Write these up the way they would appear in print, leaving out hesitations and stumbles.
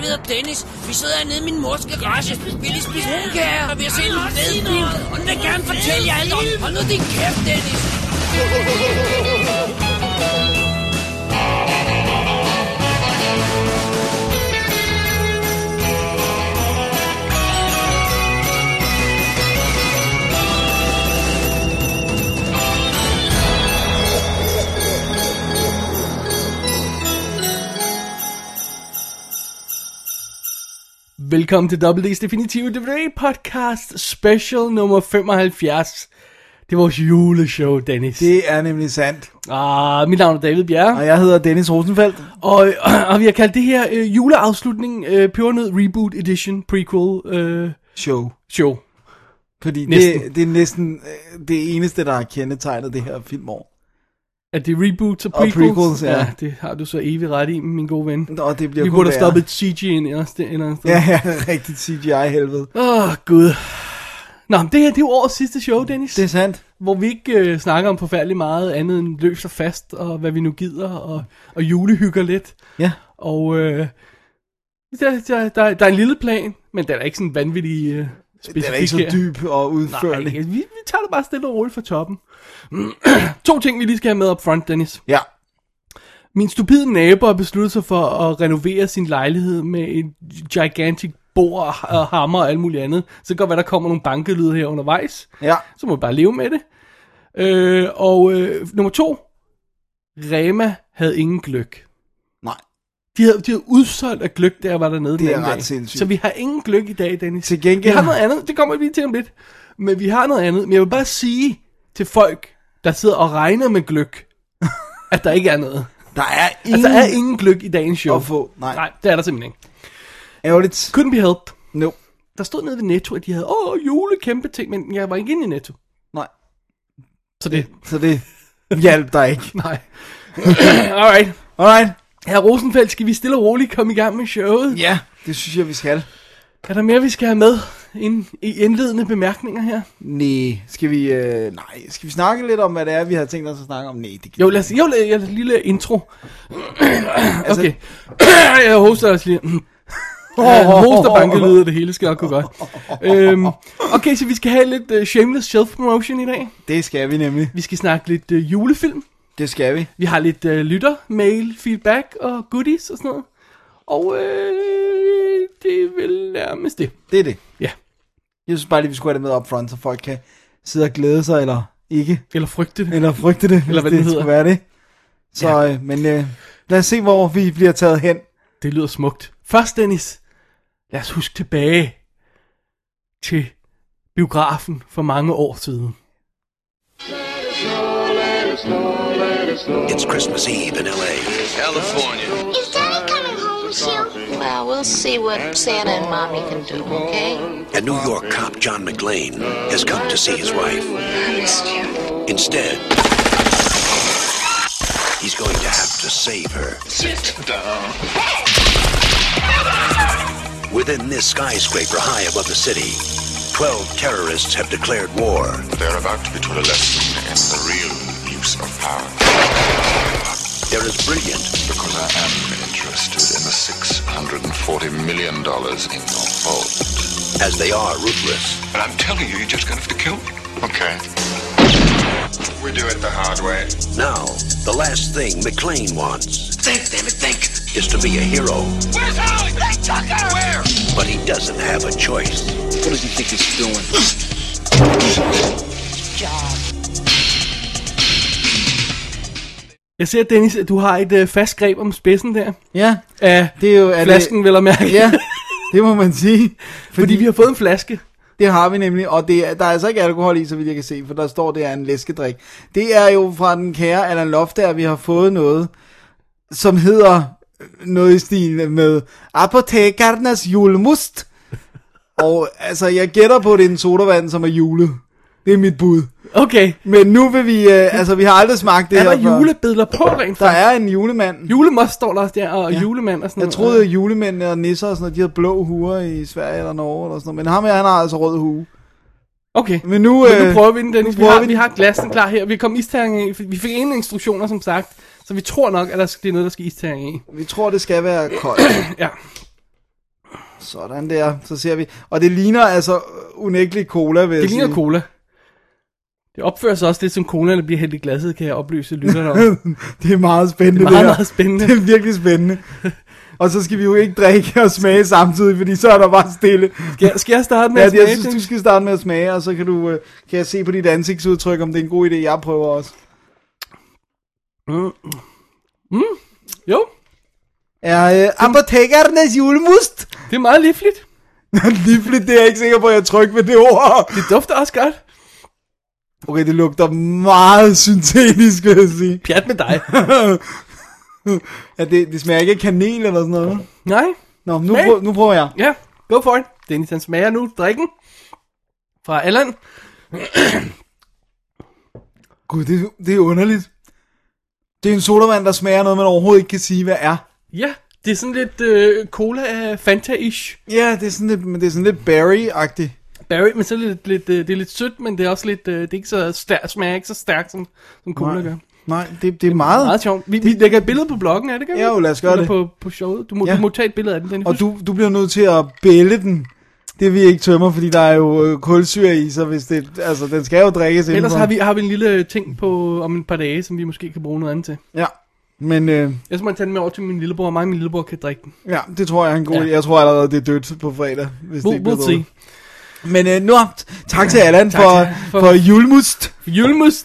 David og Dennis. Vi sidder hernede i min mors garage. Vi lige spise brunkager, og vi har set en fed film. Og den vil gerne fortælle jer alt om. Hold nu din kæft, Dennis. Velkommen til WD's Definitive DVD Podcast Special nummer 75. Det er vores juleshow, Dennis. Det er nemlig sandt. Mit navn er David Bjerre. Og jeg hedder Dennis Rosenfeldt. Og vi har kaldt det her juleafslutning Pebernød Reboot Edition Prequel Show. Fordi det er næsten det eneste, der har kendetegnet det her filmår. At det er reboots og prequels? Ja, det har du så evig ret i, min gode ven. Og det bliver vi burde have stoppet CGI ind i os. Ja, rigtigt CGI-helvede. Gud. Nå, det her det er jo årets sidste show, Dennis. Det er sandt. Hvor vi ikke snakker om forfærdeligt meget andet end løs og fast, og hvad vi nu gider, og julehygger lidt. Ja. Og der er en lille plan, men den er ikke sådan vanvittig specifik. Den er ikke så dyb og udførlig. Nej, vi tager det bare stille og roligt fra toppen. 2 ting, vi lige skal have med up front, Dennis. Ja. Min stupide nabo har besluttet sig for at renovere sin lejlighed med en gigantic bord og hammer og alt muligt andet. Så kan godt være, der kommer nogle bankelyde her undervejs. Ja. Så må vi bare leve med det. Nummer 2. Rema havde ingen gløgg. Nej. De havde udsolgt af gløgg, der var dernede. Det er ret sindssygt. Så vi har ingen gløgg i dag, Dennis. Til gengæld... Vi har noget andet, det kommer vi til om lidt. Men vi har noget andet. Men jeg vil bare sige til folk, der sidder og regner med gløgg, at der ikke er noget. Der er ingen... Altså, der er ingen gløgg i dagens show. At få. Nej, det er der simpelthen ikke. Ærgerligt. Couldn't be helped. No. Der stod nede ved Netto, at de havde, julekæmpe ting, men jeg var ikke inde i Netto. Nej. Så det hjalp dig ikke. Nej. Alright. Herr Rosenfeldt, skal vi stille og roligt komme i gang med showet? Ja, det synes jeg, vi skal. Er der mere, vi skal have med i indledende bemærkninger her? Nej, skal vi snakke lidt om, hvad det er, vi har tænkt os at snakke om? Nej, det jo, lad os en lille intro. Okay. Jeg hoster også lige. Hosterbankelyder, det hele skal nok gå godt. Okay, så vi skal have lidt shameless self-promotion i dag. Det skal vi nemlig. Vi skal snakke lidt julefilm. Det skal vi. Vi har lidt lytter, mail, feedback og goodies og sådan noget. Og det er vel nærmest det. Det er det. Ja. Jeg synes bare lige, vi skulle have det med up front, så folk kan sidde og glæde sig, eller ikke. Eller frygte det. Eller hvad det skulle være det. Så, ja. Men lad os se, hvor vi bliver taget hen. Det lyder smukt. Først, Dennis, lad os huske tilbage til biografen for mange år siden. It's Christmas Eve in L.A. California. Is Daddy coming home soon? Well, we'll see what Santa and Mommy can do, okay? And New York cop John McClane has come to see his wife. I missed you. Instead, he's going to have to save her. Sit down. Within this skyscraper high above the city, 12 terrorists have declared war. They're about to be taught a lesson in the real use of power. They're as brilliant because I am interested in the $640 million in your vault. As they are ruthless. And I'm telling you, you're just going to have to kill me. Okay. We do it the hard way. Now, the last thing McClane wants... Think, damn it, think. ...is to be a hero. Where's Holly? Hey, Tucker! Where? But he doesn't have a choice. What does he think he's doing? Job. Jeg ser, Dennis, at du har et fast greb om spidsen der. Ja. Det er jo flasken, vel at mærke. Ja, det må man sige. Fordi vi har fået en flaske. Det har vi nemlig, og der er altså ikke alkohol i, så vidt jeg kan se, for der står, det er en læskedrik. Det er jo fra den kære Allan Loftager, vi har fået noget, som hedder noget i stil med Apotekernes julemust. Og altså, jeg gætter på, at det er en sodavand, som er julet. Det er mit bud. Okay. Men nu vil vi, vi har aldrig smagt det her. Er der julebilleder på rent? Der er en julemand. Julemost står der også der, og julemand og sådan noget. Jeg troede, at julemændene og nisser og sådan noget, de havde blå huer i Sverige eller Norge eller sådan noget. Men ham her, han har altså rød hue. Okay, men nu prøver vi den, Dennis. Vi har glassen klar her. Vi kom isterning i. Vi fik ingen instruktioner, som sagt. Så vi tror nok, at det er noget, der skal isterning i. Vi tror, det skal være koldt. Ja. Sådan der, så ser vi. Og det ligner altså unægteligt cola, vil jeg Det sige. ligner cola. Det opfører sig også lidt som cola, der bliver hældt i glasset, kan jeg oplyse lytterne om. Det er meget spændende, Det er meget, her. meget spændende. Det er virkelig spændende. Og så skal vi jo ikke drikke og smage samtidig, fordi så er der bare stille. Skal jeg starte med Ja, at smage jeg synes, du skal starte med at smage, og så kan jeg se på dit ansigtsudtryk, om det er en god idé, jeg prøver også. Jo, Er apotekernes julemust? det er meget livligt. Livligt, det er jeg ikke sikker på, at jeg trykker ved det ord. Det dufter også godt. Okay, det lugter meget syntetisk, vil jeg sige. Pjat med dig. Ja, det smager ikke af kanel eller sådan noget. Nej. Nå, Smag. nu prøver jeg. Ja, go for it. Dennis, han smager nu drikken fra Allan. Gud, det er underligt. Det er en sodavand, der smager noget, man overhovedet ikke kan sige, hvad er. Ja, det er sådan lidt cola af Fanta-ish. Ja, det er sådan lidt berry-agtigt. Berry, men så det er lidt sødt, men det er også lidt, det er ikke så stærkt, smager ikke så stærkt, som cola gør. Nej, det er meget. Meget sjovt. Vi lægger et billede på bloggen, er det ikke? Ja, jo, lad os gøre det. På showet. Du må tage et billede af den, Dennis. Og du bliver nødt til at bælge den. Det vil ikke tømmer, fordi der er jo kulsyre i, så hvis det, altså, den skal jo drikkes indenfor. Ellers har vi en lille ting på om et par dage, som vi måske kan bruge noget andet til. Ja, men Jeg må tage den med over til min lillebror, og mig og min lillebror kan drikke den. ja, det tror jeg er en god idé. Ja. Jeg tror allerede, det er dødt på fredag, hvis det ikke bliver We'll see. dødt. Men nu, tak til Allan for julemust. Julemust.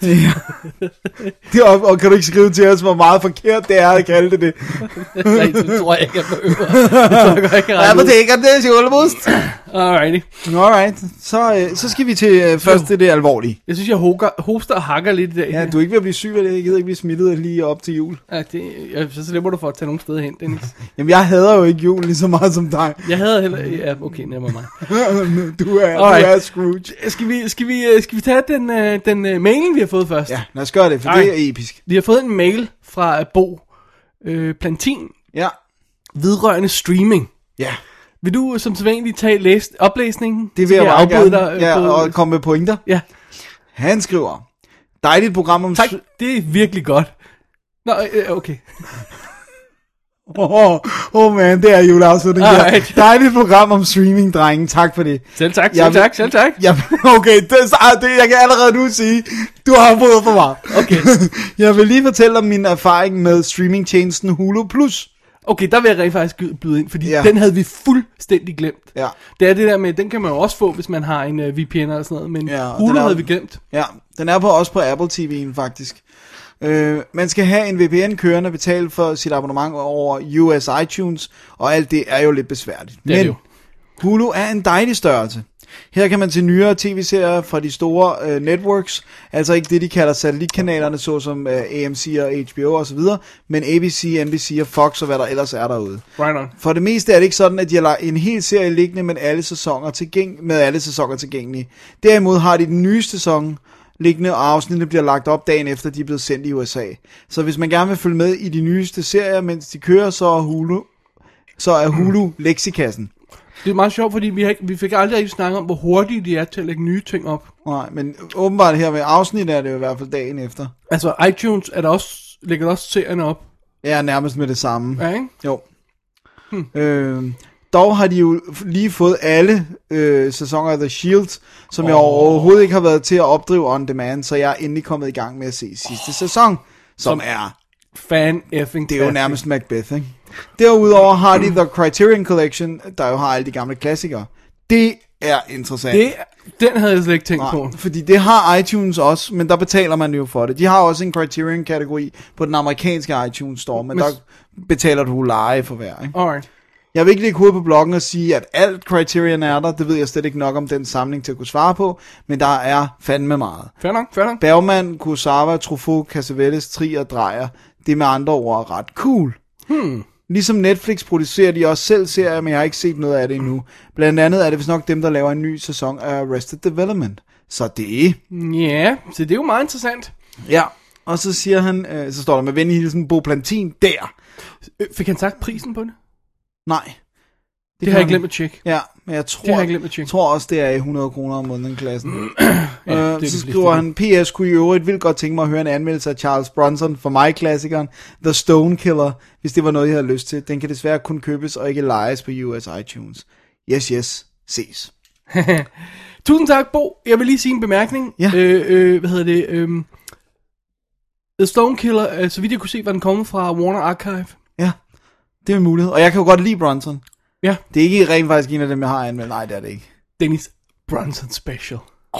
Og kan du ikke skrive til os, hvor meget forkert det er at kalde det? Nej, det tror jeg ikke, jeg behøver. Det tror jeg godt, jeg kan Ja, regne men ud. det er ikke, det er julemust. Alrighty. Alright, så skal vi til først det alvorlige. Jeg synes, jeg hoster og hakker lidt i dag. Ja, du er ikke ved at blive syg af det. Jeg gider ikke blive smittet lige op til jul. Ja, så slipper du for at tage nogle steder hen, Dennis. Jamen, jeg hader jo ikke jul lige så meget som dig. Jeg havde heller... Ja, okay, never mind. Du er Scrooge. Skal vi tage den mailen, vi har fået først? Ja, lad os gøre det, for det er episk. Vi har fået en mail fra Bo Plantin Ja. vedrørende streaming. Ja, Vil du som sædvanligt tage oplæsningen? det Så vil jeg kan meget afbryde gerne. Ja, og komme med pointer. Ja, Han skriver, dejligt program om... tak. Det er virkelig godt. Nå, okay. Man, det er juleafslutning. Alright. Dejligt program om streaming, drenge. Tak for det. Selv tak. Ja, okay, jeg kan allerede nu sige, du har afbrudt for mig. Okay. Jeg vil lige fortælle om min erfaring med streamingtjenesten Hulu Plus. Okay, der vil jeg rent faktisk byde ind, fordi Ja. den havde vi fuldstændig glemt. Ja. Det er det der med, den kan man jo også få, hvis man har en VPN eller sådan noget, men Ja, og Hulu den er- havde vi glemt. Ja, den er også på Apple TV'en faktisk. Man skal have en VPN kørende, betale for sit abonnement over US iTunes, og alt det er jo lidt besværligt. Det er det jo. Hulu er en dejlig størrelse. Her kan man se nyere tv-serier fra de store networks, altså ikke det, de kalder satellitkanalerne, såsom AMC og HBO osv., men ABC, NBC og Fox og hvad der ellers er derude. Right on. For det meste er det ikke sådan, at de har lagt en hel serie liggende med alle sæsoner tilgængelige. Derimod har de den nye sæson liggende, og afsnittene bliver lagt op dagen efter, de er blevet sendt i USA. Så hvis man gerne vil følge med i de nyeste serier, mens de kører, så er Hulu leksikassen. Det er meget sjovt, fordi vi fik aldrig rigtig snakket om, hvor hurtige de er til at lægge nye ting op. Nej, men åbenbart her ved afsnit er det jo i hvert fald dagen efter. Altså, iTunes lægger også serierne op. Ja, nærmest med det samme. Ja, ikke? Jo. Dog har de jo lige fået alle sæsoner af The Shield, som jeg overhovedet ikke har været til at opdrive on demand, så jeg er endelig kommet i gang med at se sidste sæson, som er... Fan-effing. Det er jo nærmest Macbeth, ikke? Derudover har de The Criterion Collection, der jo har alle de gamle klassikere. Det er interessant. Den havde jeg slet ikke tænkt på. Fordi det har iTunes også, men der betaler man jo for det. De har også en Criterion-kategori på den amerikanske iTunes Store, men der betaler du leje for hver, ikke? Alright. Jeg vil ikke lægge hovedet på bloggen og sige, at alt Criterion er der. Det ved jeg slet ikke nok om den samling til at kunne svare på, men der er fandme meget. Fair nok. Bergman, Kurosawa, Truffaut, Cassavetes, Trier, Dreyer. Det er med andre ord ret cool. Ligesom Netflix producerer de også selv serier, men jeg har ikke set noget af det endnu. Blandt andet er det vist nok dem, der laver en ny sæson af Arrested Development. Så det. Ja, så det er jo meget interessant. Ja, og så siger han, så står der med venlig hilsen, Bo Plantin der. Fik han sagt prisen på det? Nej. Det har jeg glemt at tjekke. Ja, men jeg tror også, det er 100 kroner om måneden klassen. Så skriver han, PS kunne i øvrigt vildt godt tænke mig at høre en anmeldelse af Charles Bronson, for mig klassikeren, The Stone Killer, hvis det var noget, jeg havde lyst til. Den kan desværre kun købes og ikke lejes på US iTunes. Yes, ses. Tusind tak, Bo. Jeg vil lige sige en bemærkning. Ja. Hvad hedder det? The Stone Killer, så vidt jeg kunne se, var den kommet fra Warner Archive. Ja, det er en mulighed. Og jeg kan jo godt lide Bronson. Ja. Det er ikke rent faktisk en af dem, jeg har anmeldt. Nej, det er det ikke. Dennis Bronson Special.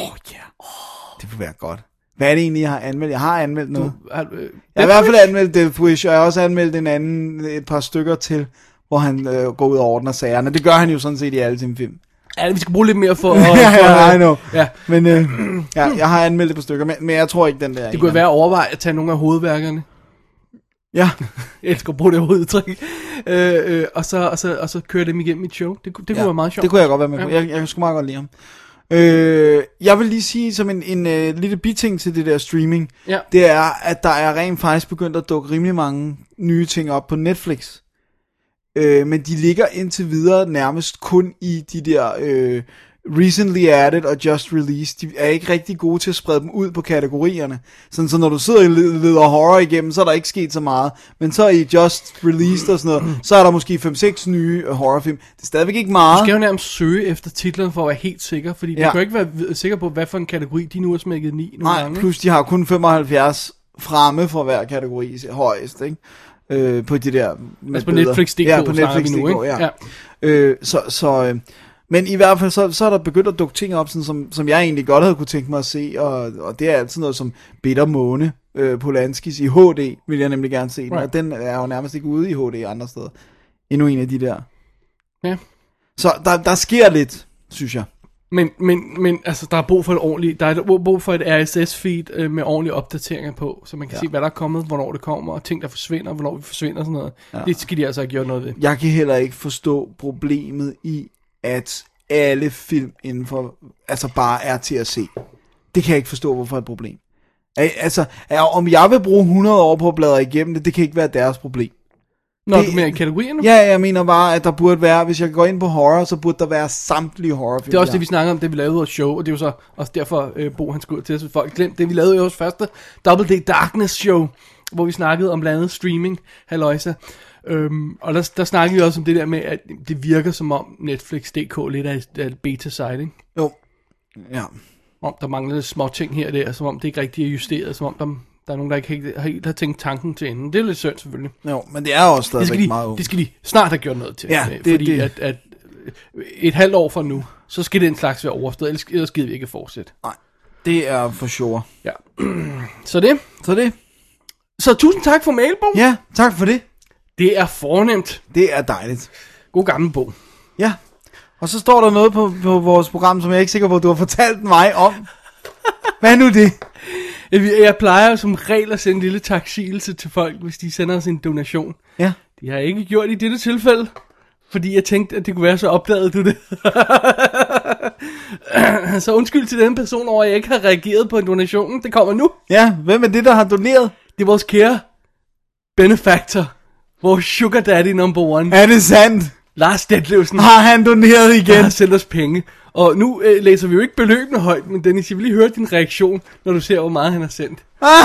Det vil være godt. Hvad er det egentlig, jeg har anmeldt? Jeg har anmeldt noget. Jeg har i Death hvert fald anmeldt Death Wish, og jeg har også anmeldt et par stykker til, hvor han går ud og ordner sagerne. Det gør han jo sådan set i alle sine film. Ja, vi skal bruge lidt mere for... Ja, I know. Ja. Men jeg har anmeldt et par stykker, men jeg tror ikke, den der... Det kunne være at overveje at tage nogle af hovedværkerne. Ja. Jeg elsker at bruge det hovedtrik. Og så køre dem igennem mit show. Det kunne være meget sjovt. Det kunne jeg godt være med på. Jeg kan sgu meget godt lide ham. Jeg vil lige sige som en lille biting til det der streaming, det er, at der er rent faktisk begyndt at dukke rimelig mange nye ting op på Netflix. Men de ligger indtil videre nærmest kun i de der recently added og just released. De er ikke rigtig gode til at sprede dem ud på kategorierne. Sådan, så når du sidder og leder horror igennem, så er der ikke sket så meget. Men så i just released og sådan noget, så er der måske 5-6 nye horrorfilm. Det er stadigvæk ikke meget. Du skal jo nærmest søge efter titlen for at være helt sikker, fordi du kan jo ikke være sikker på, hvad for en kategori de nu har smækket i. Nej, plus de har kun 75 fremme for hver kategori højst, ikke? På de der altså på Netflix.dk, ja, på Netflix.dk, ja. Men i hvert fald så er der begyndt at dukke ting op, sådan, som jeg egentlig godt havde kunne tænke mig at se, og det er altid noget som Bitter Måne, Polanskis i HD, vil jeg nemlig gerne se den, og den er jo nærmest ikke ude i HD andre steder. Endnu en af de der. Ja. Så der sker lidt, synes jeg. Men altså, der er brug for et RSS-feed med ordentlige opdateringer på, så man kan se, hvad der er kommet, hvornår det kommer, og ting, der forsvinder, hvornår vi forsvinder, sådan noget. Ja. Det skal de altså have gjort noget ved. Jeg kan heller ikke forstå problemet i, at alle film indenfor, altså bare er til at se. Det kan jeg ikke forstå, hvorfor er et problem. Altså, om jeg vil bruge 100 år på at bladre igennem det kan ikke være deres problem. Nå, du mener i kategorierne? Ja, jeg mener bare, at der burde være, hvis jeg går ind på horror, så burde der være samtlige horrorfilm. Det er også det, vi snakker om, det vi lavede vores show, og det er jo så også derfor, Bo han skulle til at folk glemt det. Vi lavede jo vores første Double D Darkness show, hvor vi snakkede om blandt andet streaming, halløjsa. Og der snakkede vi også om det der med, at det virker som om Netflix.dk lidt er et beta-site, ikke? Jo, ja. Om der mangler lidt små ting her og der, som om det ikke rigtig er justeret, som om der er nogen, der ikke helt har tænkt tanken til enden. Det er lidt synd selvfølgelig. Jo, men det er også stadigvæk meget. Det skal de snart have gjort noget til. Ja, fordi at et halvt år fra nu, så skal den slags være overstået, ellers gider vi ikke fortsætte. Nej, det er for sure. Ja. Så det. Så tusind tak for mail, Bo. Ja, tak for det. Det er fornemt. Det er dejligt. God gammel Bo. Ja. Og så står der noget på vores program, som jeg er ikke sikker på, at du har fortalt mig om. Hvad er nu det? Jeg plejer som regel at sende en lille taksigelse til folk, hvis de sender os en donation. Ja. Det har jeg ikke gjort i dette tilfælde, fordi jeg tænkte, at det kunne være, så opdagede du det. Så undskyld til den person over, at jeg ikke har reageret på en donation. Det kommer nu. Ja, hvem er det, der har doneret? Det er vores kære benefactor. Vores sugar daddy number one. Er det sandt? Lars Detlevsen. Har han doneret igen? Han har sendt os penge. Og nu læser vi jo ikke beløbene højt, men Dennis, jeg vil lige høre din reaktion, når du ser, hvor meget han har sendt.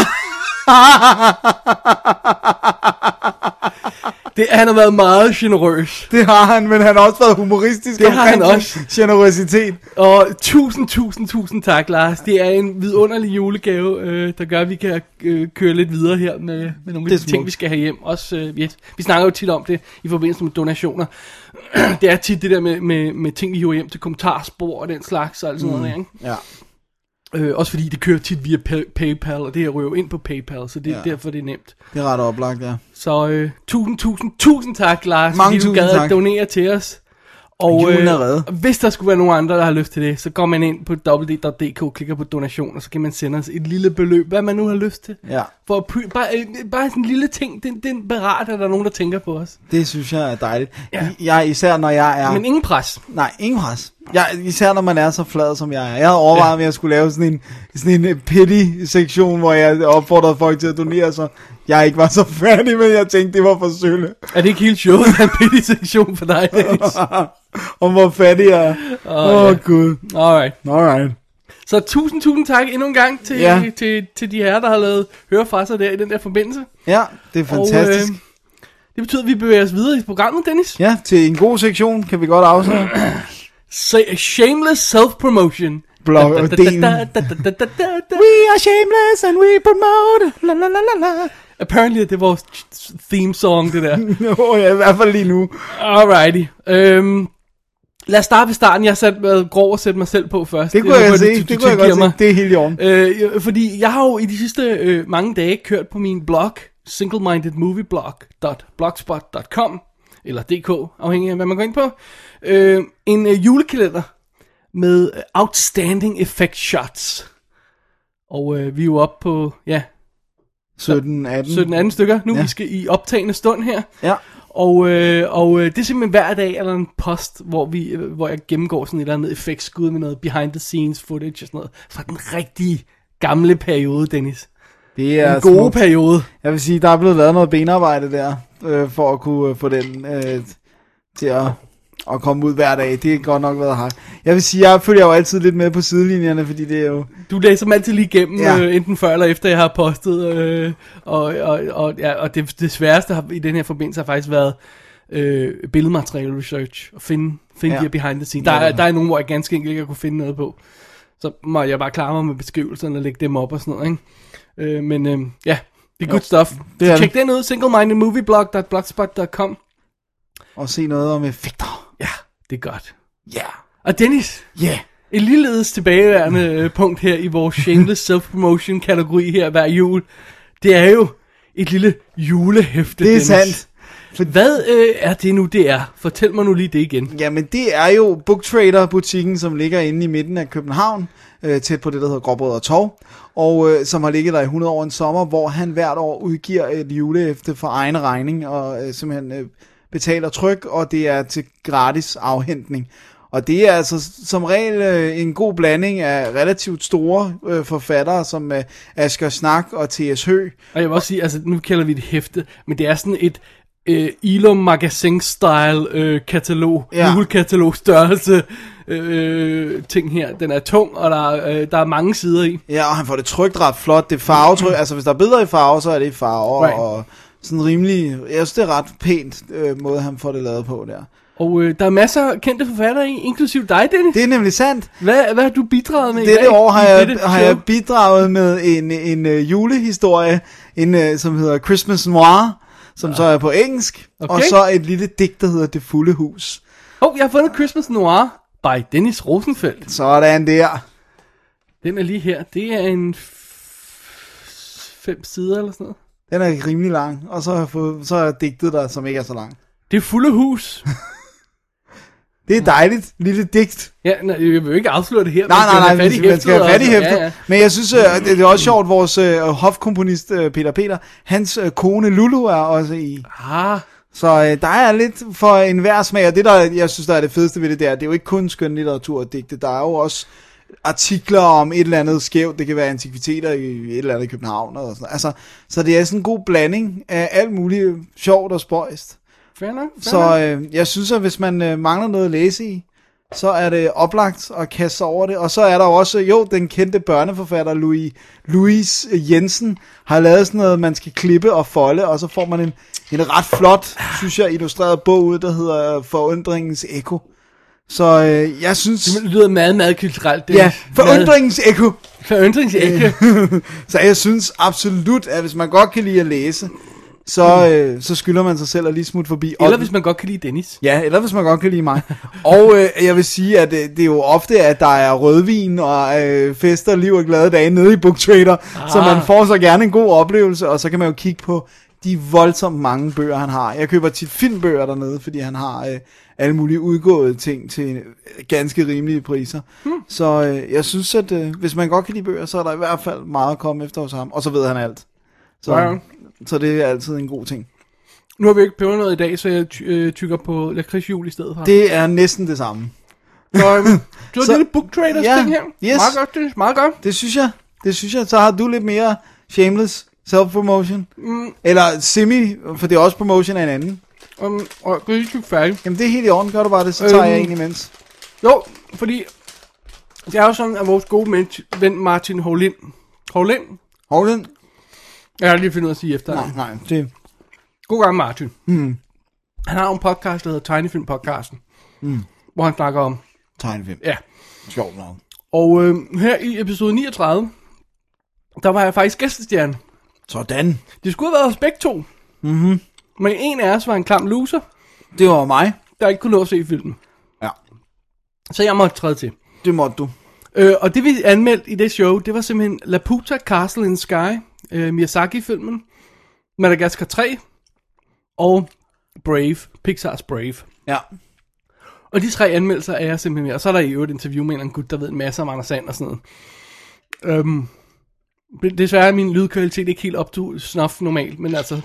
Han har været meget generøs. Det har han, men han har også været humoristisk. Det har han også. Generøsitet. Og tusind tak, Lars. Det er en vidunderlig julegave, der gør, at vi kan køre lidt videre her med nogle af de ting, vi skal have hjem. Også, vi snakker jo tit om det i forbindelse med donationer. Det er tit det der med ting, vi hiver hjem til kommentarspor og den slags, og alt sådan noget, ikke? Ja. Også fordi det kører tit via PayPal, og det her ryger ind på PayPal, så det er derfor, det er nemt. Det er ret oplagt, ja. Så tusind tak, Lars, mange fordi du gad at donere til os. Og hvis der skulle være nogen andre, der har lyst til det, så går man ind på www.dk, klikker på donation, og så kan man sende os et lille beløb, hvad man nu har lyst til. Ja. For bare sådan en lille ting, den berat, at der er nogen, der tænker på os. Det synes jeg er dejligt. Ja. Især når jeg er... Men ingen pres. Nej, ingen pres. Især når man er så flad, som jeg er. Jeg havde overvejet, at jeg skulle lave sådan en pity-sektion, hvor jeg opfordrede folk til at donere, så jeg ikke var så færdig, men jeg tænkte, det var for sølle. Er det ikke helt sjovt, at en pity-sektion for dig, Dennis? Om hvor fattig jeg er. Gud. Alright. Så tusind tak endnu en gang til de herrer, der har lavet høre fra sig der i den der forbindelse. Ja, det er fantastisk. Det betyder, at vi bevæger os videre i programmet, Dennis. Ja, til en god sektion kan vi godt afsløre. Shameless self-promotion. Blog-delen. We are shameless and we promote. La, la, la, la. Apparently, det er vores theme song, det der. Ja, i hvert fald lige nu. Alrighty. Lad os starte ved starten. Jeg har været grov at sætte mig selv på først. Det kunne jeg se. Det kunne jeg godt se. Det er helt i orden. Fordi jeg har jo i de sidste mange dage kørt på min blog, singlemindedmovieblog.blogspot.com eller .dk, afhængig af hvad man går ind på, en julekalender med outstanding effect shots. Og vi er jo oppe på, 17-18 stykker nu. Vi skal i optagende stund her. Ja. Og det er simpelthen hver dag eller en post, hvor jeg gennemgår sådan et eller andet effektskud med noget behind the scenes footage og sådan noget, fra den rigtig gamle periode, Dennis. Det er en god periode. Jeg vil sige, der er blevet lavet noget benarbejde der, for at kunne få den til at komme ud hver dag. Det har godt nok været her. Jeg vil sige, jeg følger jo altid lidt med på sidelinjerne, fordi det er jo... Du læser dem altid lige igennem, enten før eller efter jeg har postet, og det sværeste i den her forbindelse har faktisk været billedmateriale research, og finde de her behind the scenes. Der er nogen, hvor jeg ganske enkelt ikke kunne finde noget på. Så må jeg bare klare mig med beskrivelserne og lægge dem op og sådan noget, ikke? Men det er good stuff. Så tjek den ud, singlemindedmovieblog.blogspot.com. Og se noget om effekter. Ja, det er godt. Ja. Yeah. Og Dennis, et lilledes tilbageværende punkt her i vores shameless self-promotion kategori her hver jul, det er jo et lille julehæfte. Det er Dennis. sandt. Hvad er det nu, det er? Fortæl mig nu lige det igen. Jamen, det er jo Booktrader-butikken, som ligger inde i midten af København, tæt på det, der hedder Gråbrødre Torv, og som har ligget der i 100 år en sommer, hvor han hvert år udgiver et julehæfte for egen regning, og simpelthen betaler tryk, og det er til gratis afhentning. Og det er altså som regel en god blanding af relativt store forfattere, som Asger Snak og T.S. Høgh. Og jeg vil også sige, altså nu kalder vi det hæfte, men det er sådan et Ilum Magasin-style katalog, julekatalog størrelse ting her. Den er tung, og der er mange sider i. Ja, og han får det trykt ret flot. Det er farvetryk, altså hvis der er billeder i farve, så er det i farver, og sådan rimelig, jeg synes det er ret pænt måde, han får det lavet på der. Og der er masser af kendte forfattere i, inklusiv dig, Dennis. Det er nemlig sandt. Hvad har du bidraget med i dag? Dette år har jeg bidraget med en julehistorie, som hedder Christmas Noir, som så er på engelsk, og så et lille digt, der hedder Det Fulde Hus. Jeg har fundet Christmas Noir by Dennis Rosenfeldt. Sådan der. Den er lige her. Det er en 5 sider eller sådan noget. Den er rimelig lang, og så har jeg digtet der, som ikke er så lang. Det Fulde Hus. Det er dejligt, lille digt. Ja, jeg vil jo ikke afsløre det her. Nej, man skal have fat i hæftet. Ja. Men jeg synes, det er også sjovt, vores hofkomponist Peter, hans kone Lulu er også i. Så der er lidt for enhver smag, og det der, jeg synes, der er det fedeste ved det der, det er jo ikke kun skønlitteratur og digte, der er jo også artikler om et eller andet skævt, det kan være antikviteter i et eller andet i København og sådan. Altså, så det er sådan en god blanding af alt muligt sjovt og spøjst. Fair nok. Så jeg synes, at hvis man mangler noget at læse i, så er det oplagt at kaste sig over det. Og så er der også, den kendte børneforfatter Louise Jensen har lavet sådan noget, man skal klippe og folde, og så får man en ret flot, synes jeg, illustreret bog ud, der hedder Forundringens Ekko. Så jeg synes... Det lyder meget kulturelt. Ja, Forundringens Ekko. Forundringens Ekko. Så jeg synes absolut, at hvis man godt kan lide at læse, så skylder man sig selv at lige smutte forbi. Eller hvis man godt kan lide Dennis. Ja, eller hvis man godt kan lide mig. Og jeg vil sige, at det er jo ofte, at der er rødvin og fester, liv og glade dage nede i Booktrader, så man får så gerne en god oplevelse, og så kan man jo kigge på de voldsomt mange bøger, han har. Jeg køber tit filmbøger dernede, fordi han har alle mulige udgåede ting til ganske rimelige priser. Så jeg synes, at hvis man godt kan lide bøger, så er der i hvert fald meget at komme efter hos ham, og så ved han alt. Så det er altid en god ting. Nu har vi ikke prøvet noget i dag, så jeg tykker på lakridsjul i stedet for. Det er næsten det samme. Så du har lille Booktraders ting her. Yes. Meget godt, Dennis. Meget godt. Det synes jeg. Så har du lidt mere shameless self-promotion. Eller semi, for det er også promotion af en anden. Og det er ikke færdig. Jamen det er helt i orden. Gør du bare det, så tager jeg en imens. Jo, fordi det er jo sådan, at vores gode ven Martin Hovlind. Jeg har lige fundet ud af at sige efter. Nej, det... God gang Martin. Han har en podcast, der hedder Tegnefilm Podcasten, hvor han snakker om tegnefilm. Ja. Sjovt nok. Og her i episode 39, der var jeg faktisk gæstestjerne. Sådan. Det skulle have været os begge to. Men en af os var en klam loser, Det var mig. der ikke kunne nå at se filmen. Ja. Så jeg måtte træde til. Det måtte du. Og det vi anmeldte i det show, det var simpelthen Laputa Castle in the Sky, Miyazaki-filmen, Madagascar 3 og Brave, Pixar's Brave. Ja. Og de 3 anmeldelser er jeg simpelthen med. Og så er der i øvrigt et interview med en gut, der ved en masse om Anders Sand og sådan noget. Desværre er min lydkvalitet ikke helt op til snuff normalt, men altså...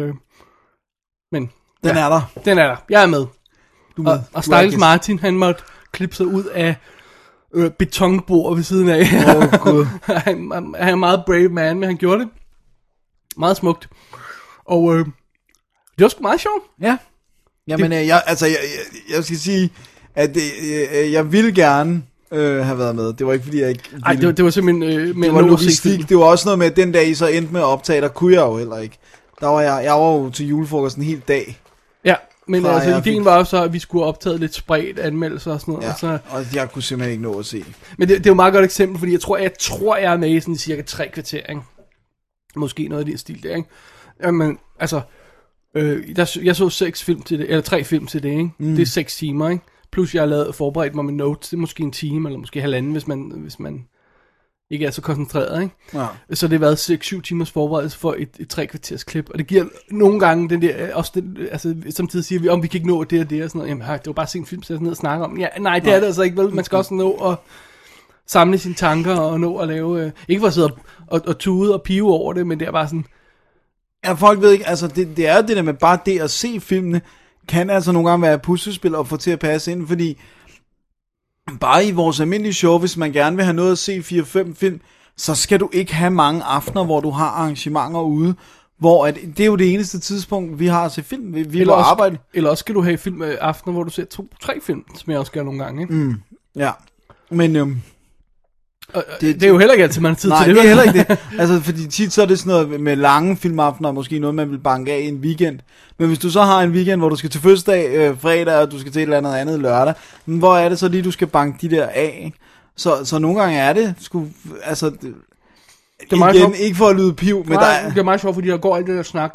men Den er der. Den er der. Jeg er med. Du med. Og Stakkels Martin, han måtte klippe sig ud af betonbord ved siden af. Gud. han er en meget brave man, men han gjorde det. Meget smukt. Og det var sgu meget sjovt. Ja. Jamen, jeg skal sige, at jeg ville gerne have været med. Det var ikke, fordi jeg ikke ville. Ej, det var simpelthen med det var logistik. Det var også noget med, at den dag I så endte med at optage, der kunne jeg jo heller ikke. Der var jeg var jo til julefrokosten en hel dag. Ja, men altså ideen var jo så, at vi skulle optage lidt spredt anmeldelser og sådan noget. Ja, og jeg kunne simpelthen ikke nå at se. Men det er jo et meget godt eksempel, fordi jeg tror jeg er med i sådan cirka 3 kvarter, ikke? Måske noget af den stil der, ikke? Jamen, altså, jeg så 6 film til det, eller 3 film til det, ikke? Det er 6 timer, ikke? Plus jeg har forberedt mig med notes, det er måske en time, eller måske halvanden, hvis man ikke er så koncentreret, ikke? Ja. Så det har været 6-7 timers forberedelse for et 3 kvarters klip, og det giver nogle gange den der, også den, altså samtidig siger vi, om vi kan ikke nå det og det og sådan noget, jamen det var bare se en film, så jeg ned og snakke om, ja, nej, det er det altså ikke, vel, man skal også nå at samle sine tanker og nå at lave, ikke for at sidde og tude og pive over det, men det er bare sådan. Ja, folk ved ikke, altså det er det der med bare det at se filmene, kan altså nogle gange være et puslespil og få til at passe ind, fordi bare i vores almindelige show, hvis man gerne vil have noget at se 4-5 film, så skal du ikke have mange aftener, hvor du har arrangementer ude, hvor det er jo det eneste tidspunkt, vi har at se film. Vi må arbejde. Eller også skal du have film aftener, hvor du ser 2-3 film, som jeg også gør nogle gange, ikke? Ja, men det er jo heller ikke altid, man har tid nej, til det. Nej, det er heller ikke det. Altså, fordi tit så er det sådan noget med lange filmaftener, måske noget, man vil banke af i en weekend. Men hvis du så har en weekend, hvor du skal til fødselsdag fredag, og du skal til et eller andet lørdag, men hvor er det så lige, du skal banke de der af, ikke? Så nogle gange er det sgu, altså, det er igen, ikke for at lyde piv, men nej, det er meget sjovt, fordi der går alt det der snak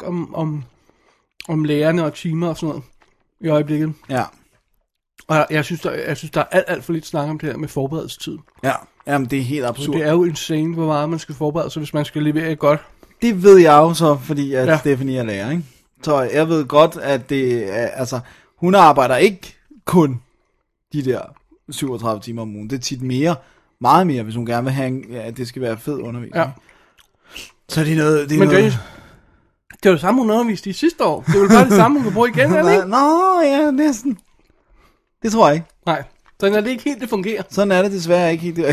om lærerne og timer og sådan noget i øjeblikket. Ja. Og jeg synes, der er alt for lidt snak om det her med forberedelsestid. Ja, jamen det er helt absurd. Det er jo insane, hvor meget man skal forberede sig, hvis man skal levere et godt. Det ved jeg jo så, fordi at Stephanie er lærer, ikke? Så jeg ved godt, at det er, altså, hun arbejder ikke kun de der 37 timer om ugen. Det er tit mere, meget mere, hvis hun gerne vil have, at det skal være fed undervisning. Ja. Så det er noget. Men det er det samme, hun underviste i sidste år. Det er jo bare det samme, hun kan bruge igen, eller ikke? Nå, ja, næsten. Det tror jeg ikke. Nej, sådan er det ikke helt, det fungerer. Sådan er det desværre ikke helt.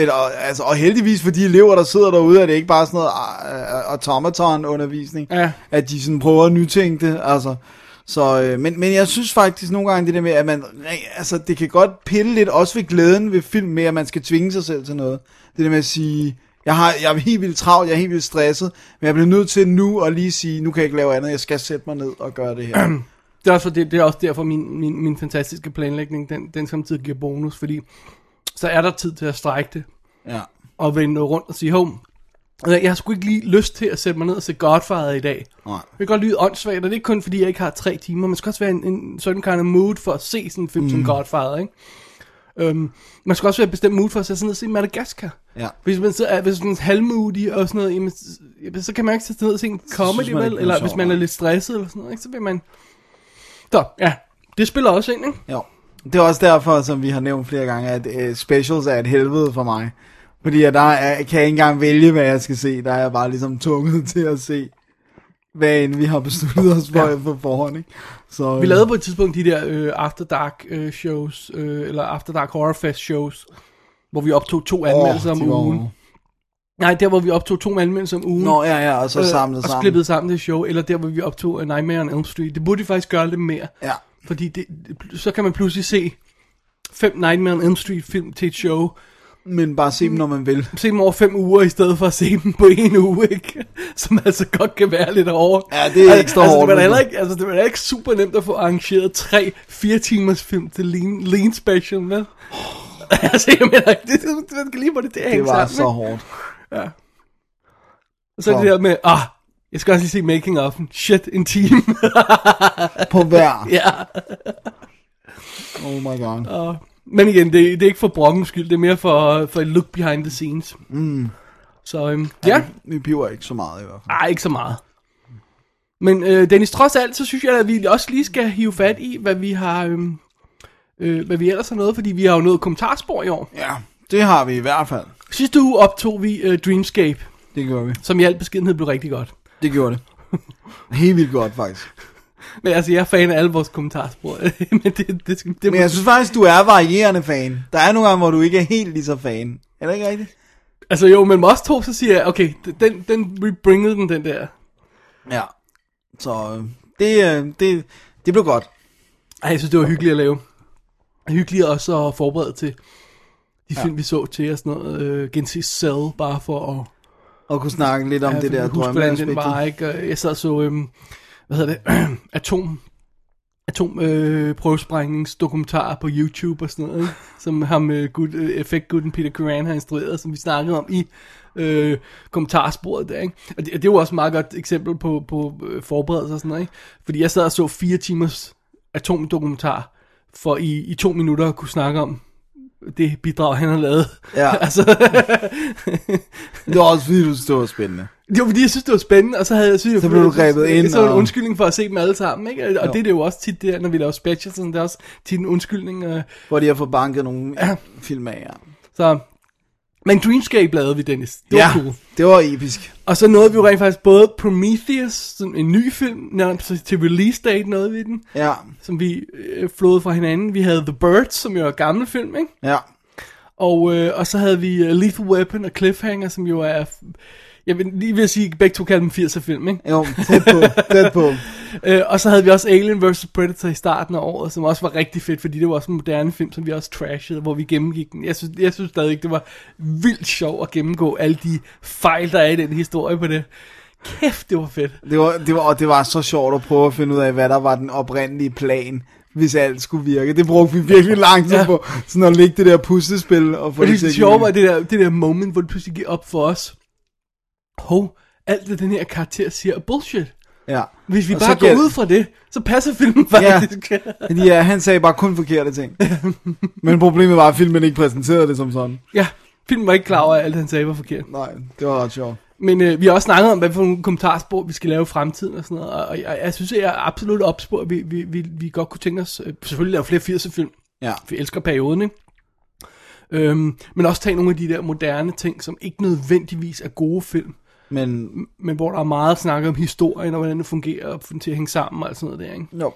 Og heldigvis for de elever, der sidder derude, er det ikke bare sådan noget automaton-undervisning. Ja. At de sådan prøver at nytænke det, altså. Så, men jeg synes faktisk nogle gange det der med, at man, altså det kan godt pille lidt, også ved glæden ved film med, at man skal tvinge sig selv til noget. Det der med at sige, jeg er helt vildt travlt, jeg er helt vildt stresset, men jeg bliver nødt til nu at lige sige, nu kan jeg ikke lave andet, jeg skal sætte mig ned og gøre det her. Det er også derfor min fantastiske planlægning, den samtidig giver bonus, fordi så er der tid til at strække det. Ja. Og vende rundt og sige, jeg har sgu ikke lige lyst til at sætte mig ned og se Godfather i dag. Nej. Det kan godt lyde åndssvagt, og det er ikke kun fordi, jeg ikke har 3 timer. Man skal også være en sådan kind of mood for at se sådan en film som Godfather, ikke? Man skal også være bestemt mood for at sætte sig ned og se Madagascar. Ja. Hvis man er sådan halvmoody og sådan noget, jamen, så kan man ikke sætte sig ned og se en comedy, vel? Eller hvis man er lidt stresset eller sådan noget, ikke? Så vil man. Så, ja, det spiller også ind, ikke? Jo. Det er også derfor, som vi har nævnt flere gange, at specials er et helvede for mig. Fordi kan jeg ikke engang vælge, hvad jeg skal se. Der er jeg bare ligesom tvunget til at se, hvad end vi har besluttet os for på forhånd, ikke? Så, vi lavede på et tidspunkt de der After Dark shows, eller After Dark Horror Fest shows, hvor vi optog 2 anmeldelser om ugen. Nej, der hvor vi optog 2 anmeldelser om ugen. Nå, ja, og så samlet sammen. Og klippet sammen det show, eller der hvor vi optog Nightmare on Elm Street. Det burde vi faktisk gøre lidt mere. Ja. Fordi så kan man pludselig se 5 Nightmare on Elm Street film til et show, Men bare se dem, når man vil. Se dem over 5 uger, i stedet for at se dem på 1 uge, ikke? Som altså godt kan være lidt hårdt. Ja, det er ekstra hårdt. Det var ikke super nemt at få arrangeret 3-4 timers film til Lean Special, med. Altså, jeg mener, det skal lige på det var sammen, så hårdt. Ja. Og så er det der med, jeg skal også lige se Making of. Shit, en time. På hver. Ja. Oh my god. Men igen, det er ikke for brokkens skyld, det er mere for et look behind the scenes. Så ja. Vi piver ikke så meget i hvert fald. Ej, ikke så meget. Men Dennis, trods alt, så synes jeg, at vi også lige skal hive fat i, hvad vi har, hvad vi ellers har nået, fordi vi har jo nået kommentarspor i år. Ja, det har vi i hvert fald. Sidste uge optog vi Dreamscape. Det gjorde vi. Som i al beskedenhed blev rigtig godt. Det gjorde det. Helt vildt godt, faktisk. Men altså, jeg er fan af alle vores kommentarspor. Men jeg synes faktisk, du er varierende fan. Der er nogle gange, hvor du ikke er helt lige så fan. Er det ikke rigtigt? Altså jo, men os to, så siger jeg, okay, vi bringede den der. Ja. Så det blev godt. Ej, jeg synes, det var hyggeligt at lave. Hyggeligt også at forberede til de film, vi så til og sådan noget. Gense Cell, bare for at kunne snakke lidt om det der drømmeaspekt. Jeg sad så, hvad hedder det, atomprøvesprængningsdokumentar på YouTube og sådan noget, ikke? Som ham effektgutten Peter Curran har instrueret, som vi snakkede om i kommentarsporet der, ikke? Og det er jo også et meget godt eksempel på forberedelse og sådan noget, ikke? Fordi jeg sad og så 4 timers atomdokumentar, for i 2 minutter at kunne snakke om det bidrag, han har lavet. Ja. Altså. Det var også fordi, du synes, det var spændende. Det var fordi, jeg synes, det var spændende, og så havde jeg synes, så blev du grebet ind. Så var en undskyldning for at se dem alle sammen, ikke? Og det er det jo også tit der, når vi laver specials, sådan, det er også tit en undskyldning. Hvor de har fået banket nogle film af, ja. Så, men Dreamscape lavede vi, Dennis. Det var cool. Det var episk. Og så nåede vi jo rent faktisk både Prometheus, sådan en ny film, til release date nåede vi den. Ja. Som vi flåede fra hinanden. Vi havde The Birds, som jo er en gammel film, ikke? Ja. Og så havde vi Lethal Weapon og Cliffhanger, som jo er... Jeg vil lige vil sige, begge to kalder dem 80'er film, ikke? Jo, tæt på. Og så havde vi også Alien vs. Predator i starten af året, som også var rigtig fedt, fordi det var også en moderne film, som vi også trashede, hvor vi gennemgik den. Jeg synes stadig ikke, det var vildt sjovt at gennemgå alle de fejl, der er i den historie på det. Kæft, det var fedt. Det var så sjovt at prøve at finde ud af, hvad der var den oprindelige plan, hvis alt skulle virke. Det brugte vi virkelig lang tid på, sådan at lægge det der puslespil. Og få det sjove var det der moment, hvor det pludselig gik op for os. Alt det den her karakter siger er bullshit. Ja. Hvis vi bare går ud fra det, så passer filmen faktisk. Ja, han sagde bare kun forkerte ting. Men problemet var, at filmen ikke præsenterede det som sådan. Ja, filmen var ikke klar over, at alt han sagde var forkert. Nej, det var ret sjovt. Men vi har også snakket om, hvad for nogle kommentarspor vi skal lave i fremtiden og sådan noget. Og jeg synes, at jeg er absolut opspor, at vi godt kunne tænke os, selvfølgelig lave flere 80'er film. Ja. Vi elsker perioden, ikke? Men også tage nogle af de der moderne ting, som ikke nødvendigvis er gode film. Men hvor der er meget snak om historien, og hvordan det fungerer, og få den til at hænge sammen, og alt sådan noget der, ikke? Jo.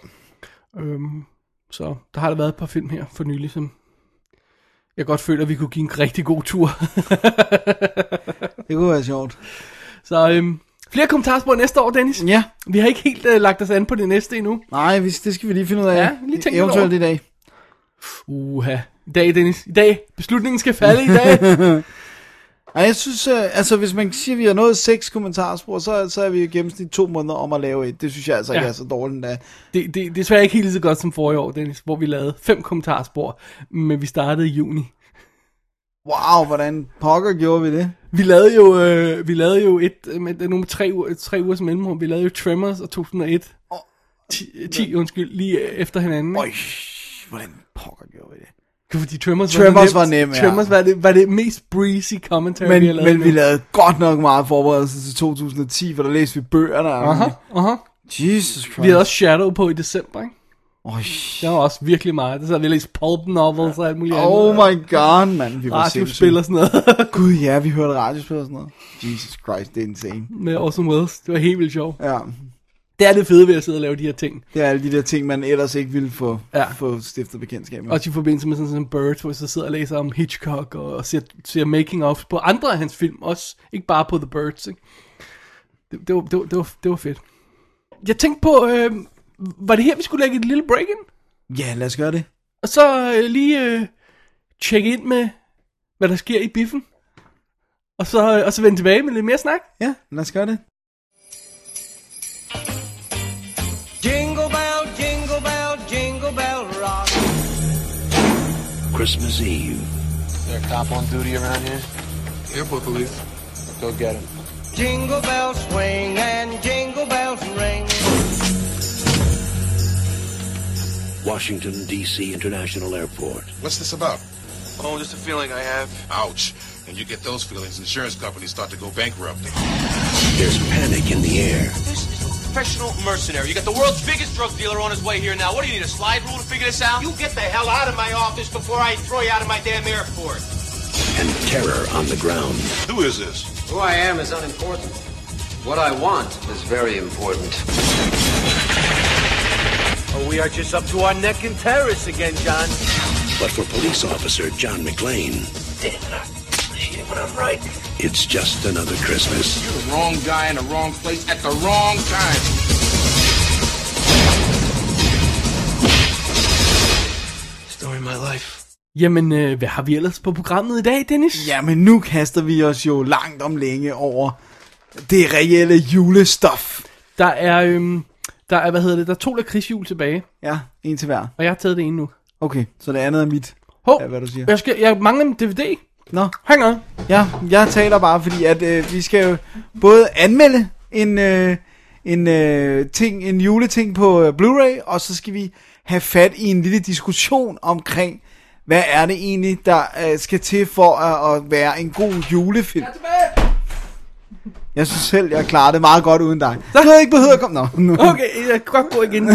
Så der har der været et par film her for nylig, som jeg godt føler, at vi kunne give en rigtig god tur. Det kunne være sjovt. Så flere kommentarspor næste år, Dennis. Ja. Vi har ikke helt lagt os an på det næste endnu. Nej, det skal vi lige finde ud af. Ja, lige tænke eventuelt i dag. I dag, Dennis. I dag. Beslutningen skal falde i dag. Ej, jeg synes, altså hvis man siger, at vi har nået 6 kommentarspor, så er vi i gennemsnit 2 måneder om at lave et. Det synes jeg altså ikke er så dårligt endda. Det er desværre ikke helt så godt som forrige år, Dennis, hvor vi lavede 5 kommentarspor, men vi startede i juni. Wow, hvordan pokker gjorde vi det? Vi lavede jo et med nogle 3 ugers mellemrum. Vi lavede jo Tremors og 2001. 10 lige efter hinanden. Øj, hvordan pokker gjorde vi det? Fordi Tremors var nem, ja. Tremors var det mest breezy commentary, vi har lavet. Men vi lavede godt nok meget forberedelse til 2010, for der læste vi bøgerne. Jesus Christ. Vi havde også Shadow på i december, ikke? Det var også virkelig meget. Det så vi læste pulp novels og alt muligt andet. Oh my god, man. Vi var radiospil og sådan noget. Gud ja, vi hørte radiospil og sådan noget. Jesus Christ, det er insane. Med Orson Welles. Det var helt vildt sjovt. Ja. Det er det fede ved at sidde og lave de her ting. Det er alle de der ting, man ellers ikke ville få stiftet bekendtskab med. Også i forbindelse med sådan en Birds, hvor jeg så sidder og læser om Hitchcock og ser making of på andre af hans film også. Ikke bare på The Birds, ikke? Det var fedt. Jeg tænkte på, var det her, vi skulle lægge et lille break-in? Ja, lad os gøre det. Og så lige tjekke ind med, hvad der sker i biffen. Og så vende tilbage med lidt mere snak. Ja, lad os gøre det. Jingle bell, jingle bell, jingle bell rock. Christmas Eve. Is there a cop on duty around here? Airport police. Go get him. Jingle bells swing and jingle bells ring. Washington, D.C. International Airport. What's this about? Oh, just a feeling I have. Ouch. And you get those feelings, insurance companies start to go bankrupt. There's panic in the air. This is a professional mercenary. You got the world's biggest drug dealer on his way here now. What do you need, a slide rule to figure this out? You get the hell out of my office before I throw you out of my damn airport. And terror on the ground. Who is this? Who I am is unimportant. What I want is very important. Oh, we are just up to our neck in terrorists again, John. But for police officer John McClane, When I'm right. it's just another Christmas. You're the wrong guy in the wrong place at the wrong time. Story of my life. Jamen, hvad har vi ellers på programmet i dag, Dennis? Jamen, nu kaster vi os jo langt om længe over det reelle julestof. Der er, der er 2 lakridshjul tilbage, Ja, en til hver. og jeg har taget det ene nu. Okay, så det andet er mit. Hov, Ja, hvad du siger. jeg mangler en DVD. Nå, Hang on. ja, jeg taler bare, fordi at vi skal jo både anmelde en juleting på Blu-ray, og så skal vi have fat i en lille diskussion omkring, hvad er det egentlig, der skal til for at være en god julefilm. Jeg synes selv, jeg klarer det meget godt uden dig. Du havde ikke behøvet at komme. Nå. Okay, jeg kan godt gå igen.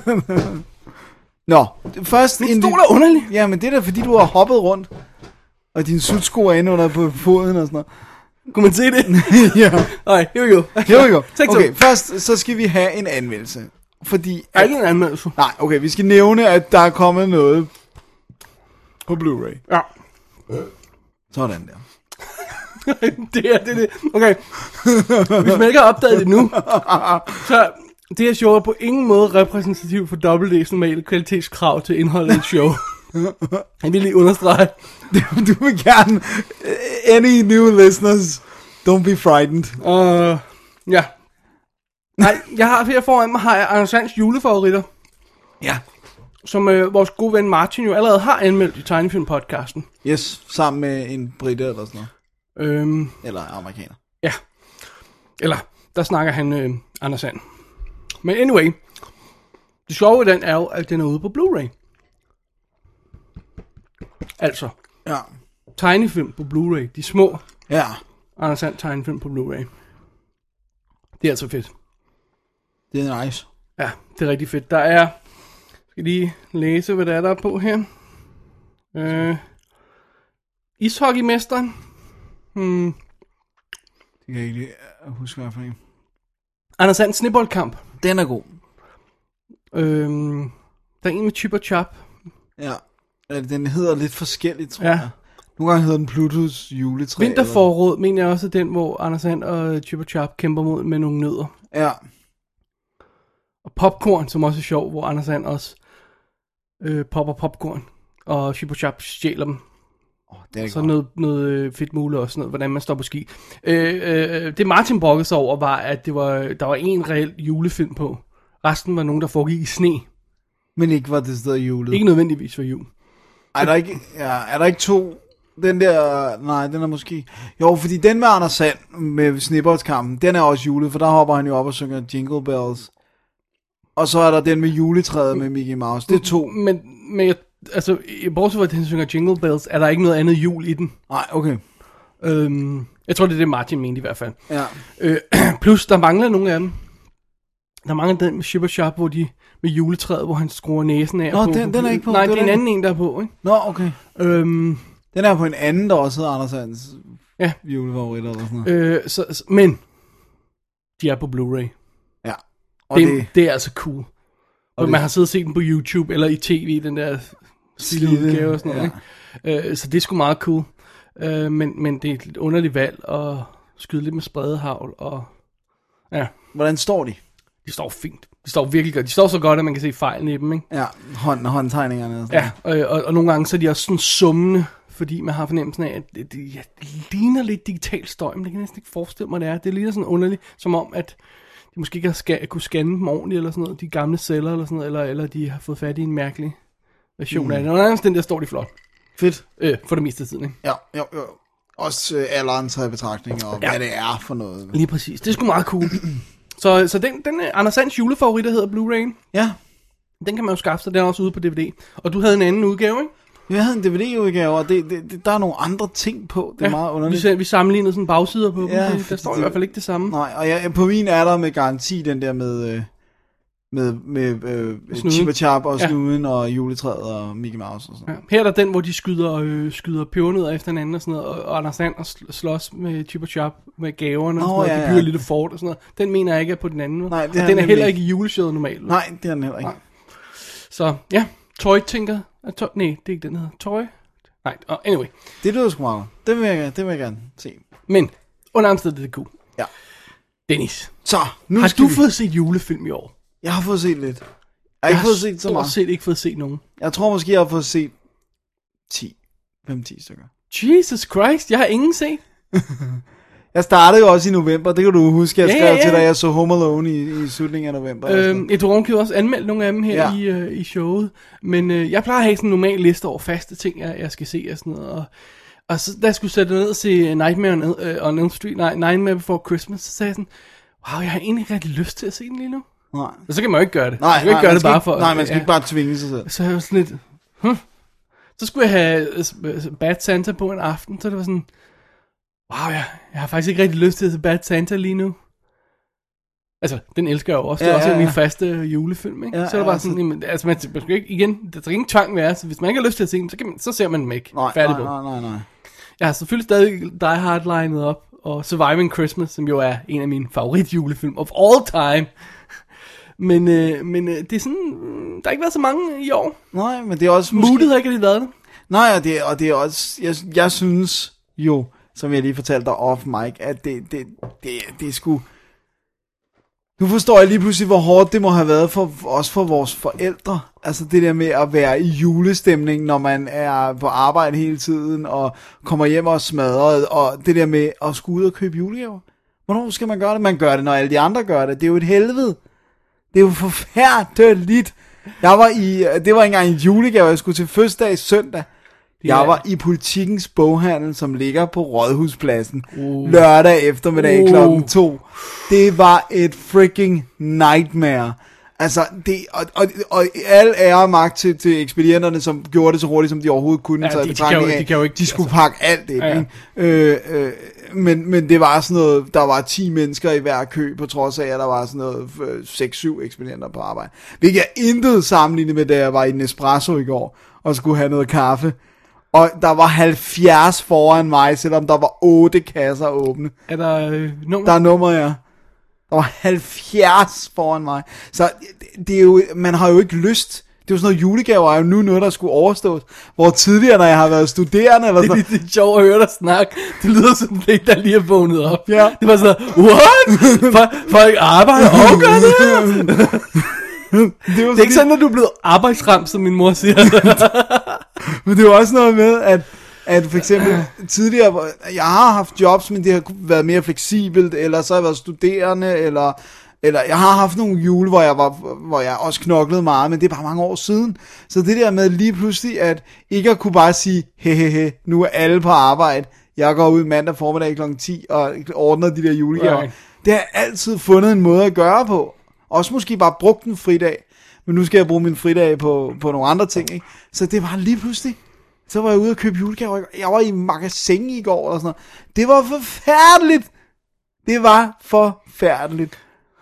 Nå, først Min stol er underlig. Ja, men det er da fordi, du har hoppet rundt. Og dine sudsko er inde under på foden og sådan noget. Kunne man se det? Ja. Nej, here we go. Here we go. Take two. Okay, først så skal vi have en anmeldelse. Fordi... Er ikke en anmeldelse? Nej, okay, vi skal nævne, at der er kommet noget på Blu-ray. Ja. Sådan der. det. Okay. Hvis man ikke har opdaget det nu, så det her show er på ingen måde repræsentativt for WD's normale kvalitetskrav til indholdet i et show. Jeg vil lige understrege. Du vil gerne... Any new listeners, don't be frightened. Ja. Nej, jeg har her foran mig, har jeg Anders Sands julefavoritter. Ja. Som vores gode ven Martin jo allerede har anmeldt i Tegnefilm-podcasten. Yes, sammen med en brite eller sådan noget. Eller amerikaner. Ja. Eller, der snakker han Anders Sand. Men anyway, det sjove i den er jo, at den er ude på Blu-ray. Altså, Ja. tegnefilm på Blu-ray. De små Ja. Anders Sand tegnefilm på Blu-ray. Det er altså fedt. Det er nice. Ja, det er rigtig fedt. Der er... Skal lige læse, hvad der er på her. Ishockeymesteren. Det kan jeg ikke lige huske, hvad for en. Anders Sands sneboldkamp. Den er god. Der er en med Chip og Chap. Ja. Den hedder lidt forskelligt, tror Ja. jeg. Nogle gange hedder den Plutos juletræ. Vinterforråd mener jeg også er den, hvor Anders Sand og Chip og Chap kæmper mod med nogle nødder. Ja. Og Popcorn, som også er sjov, hvor Anders Sand også popper popcorn. Og Chip og Chap stjæler dem. Det er så noget fedt muligt også, noget, hvordan man står på ski. Det Martin brokkede sig over var, at der var en reel julefilm på. Resten var nogen, der foregik i sne. Men ikke var det sted julet. Ikke nødvendigvis for jul. Er der ikke to? Den der, nej, den er måske... Jo, fordi den med Anders Sand, med sneboldkampen, den er også julet, for der hopper han jo op og synger Jingle Bells. Og så er der den med juletræet med Mickey Mouse. Det er to. Men altså, bortset fra, at han synger Jingle Bells, er der ikke noget andet jul i den. Nej, okay. Jeg tror, det er det, Martin mente i hvert fald. Ja. Plus, der mangler nogle af dem. Der mangler den med Chip og Chap, hvor de med juletræet, hvor han skruer næsen af. Nå, den er ikke på. Nej, det er en anden en, der er på, ikke? Nå, okay. Den er på en anden, der også hedder Anders Sands julefavoritter eller sådan noget. Men, de er på Blu-ray. Ja. Og det er altså cool. Og man har siddet og set den på YouTube, eller i tv, den der stille udgave og sådan noget, ikke? Så det er sgu meget cool. Men det er et underligt valg at skyde lidt med spredehagl, og ja. Hvordan står de? De står fint. De står virkelig godt. De står så godt, at man kan se fejlen i dem, ikke? Ja, håndtegningerne og sådan noget. Ja, og nogle gange så er de også sådan summende fordi man har fornemmelsen af, at det ligner lidt digital støj, men det kan jeg næsten ikke forestille mig, det er. Det ligner sådan underligt, som om, at de måske ikke har kunne scanne dem ordentligt, eller sådan noget, de gamle celler, eller sådan noget, eller de har fået fat i en mærkelig version af det. Og nærmest den der står de flot. Fedt. For det meste af tiden, ikke? Ja. Også alderen taget i betragtning, og hvad det er for noget. Lige præcis. Det er sgu meget cool. Så den Anders Sands julefavorit, der hedder Blu-ray, ja, den kan man jo skaffe sig. Den er også ude på DVD. Og du havde en anden udgave, ikke? Jeg havde en DVD-udgave, og der er nogle andre ting på. Det er meget underligt. Vi sammenlignede sådan bagsider på dem. Ja, der står i hvert fald ikke det samme. Nej, og på min er der med garanti den der med Chip og Chap og snuden og juletræet og Mickey Mouse og sådan. Ja. Her er der den, hvor de skyder pebernødder efter hinanden og sådan noget, og Anders Sand og slås med Chip og Chap med gaverne og sådan noget, de bygger et lille fort og sådan noget. Den mener jeg ikke er på den anden. Nej, den er heller ikke i juleshowet normalt. Nej, det er den heller ikke. Nej. Så ja, Toy tænker. Nej, det er ikke den, der hedder Toy. Nej, anyway. Det lyder sgu meget. Det vil jeg gerne se. Men, under omstændighed det er cool. Ja. Dennis. Så, nu har du fået set julefilm i år? Jeg har fået set lidt. Jeg har ikke fået set så meget. Jeg har ikke fået set nogen. Jeg tror måske, jeg har fået set 5-10 stykker. Jesus Christ, jeg har ingen set. Jeg startede jo også i november, det kan du huske, jeg skrev til dig, jeg så Home Alone i slutningen af november. Jeg tror, hun også anmeldt nogle af dem her i showet, men jeg plejer at have sådan en normal liste over faste ting, jeg skal se og sådan noget, og så da jeg skulle sætte ned og se Nightmare on Elm Street, Nightmare Before Christmas, så sagde jeg sådan, wow, jeg har egentlig ikke rigtig lyst til at se den lige nu. Nej. Og så kan man jo ikke gøre det. Nej, man kan ikke gøre det bare for... Nej, man skal ikke bare tvinge sig selv. Så jeg var sådan lidt, så skulle jeg have Bad Santa på en aften, så det var sådan, wow, jeg har faktisk ikke rigtig lyst til at se Bad Santa lige nu. Altså, den elsker jeg jo også. Det er også min faste julefilm, ikke? Så er det bare sådan, jamen, altså, man skal ikke, igen, der er ingen tvang med, så hvis man ikke har lyst til at se dem, så ser man dem ikke. Nej. Jeg har selvfølgelig stadig Die Hard linet op, og Surviving Christmas, som jo er en af mine favorit julefilm of all time. Men det er sådan, der har ikke været så mange i år. Nej, men det er også Moodet har ikke rigtig været det. Nej, og det er også, jeg synes jo, som jeg lige fortalte dig off mic, at det er sgu... Nu forstår jeg lige pludselig, hvor hårdt det må have været for vores forældre. Altså det der med at være i julestemning, når man er på arbejde hele tiden, og kommer hjem og smadret, og det der med at skulle ud og købe julegaver. Hvornår skal man gøre det? Man gør det, når alle de andre gør det. Det er jo et helvede. Det er jo forfærdeligt. Det var ikke engang en julegave, jeg skulle til fødselsdag søndag. Jeg var i Politikens boghandel, som ligger på Rådhuspladsen, lørdag eftermiddag klokken 2. Det var et freaking nightmare. Altså, og al ære og magt til ekspedienterne, som gjorde det så hurtigt, som de overhovedet kunne. De skulle pakke alt det. Ja. Men det var sådan noget, der var 10 mennesker i hver kø, på trods af, at der var sådan noget 6-7 ekspedienter på arbejde. Hvilket jeg intet sammenlignet med, da jeg var i Nespresso i går, og skulle have noget kaffe. Og der var 70 foran mig, selvom der var 8 kasser åbne. Er der nummer? Der er nummer, ja. Der var 70 foran mig. Så det er jo, man har jo ikke lyst. Det er jo sådan noget, julegaver er jo nu noget, der skulle overstås. Hvor tidligere, når jeg har været studerende eller sådan. Det er sjovt at høre dig snakke. Det lyder som det, der lige er vågnet op. Ja. Det var sådan, what? Folk arbejder og gør det. Det er ikke sådan, når du er blevet arbejdsramt, som min mor siger. Men det er jo også noget med, at for eksempel tidligere, jeg har haft jobs, men det har været mere fleksibelt, eller så har jeg været studerende, eller jeg har haft nogle jule, hvor jeg også knoklede meget, men det er bare mange år siden. Så det der med lige pludselig, at ikke at kunne bare sige, hehehe, nu er alle på arbejde, jeg går ud mandag formiddag kl. 10 og ordner de der julegaver. Right. Det har jeg altid fundet en måde at gøre på. Også måske bare brugt en fridag. Men nu skal jeg bruge min fridag på nogle andre ting, ikke? Så det var lige pludselig. Så var jeg ude og købe julegaver. Jeg var i magasin i går og sådan noget. Det var forfærdeligt. Det var forfærdeligt.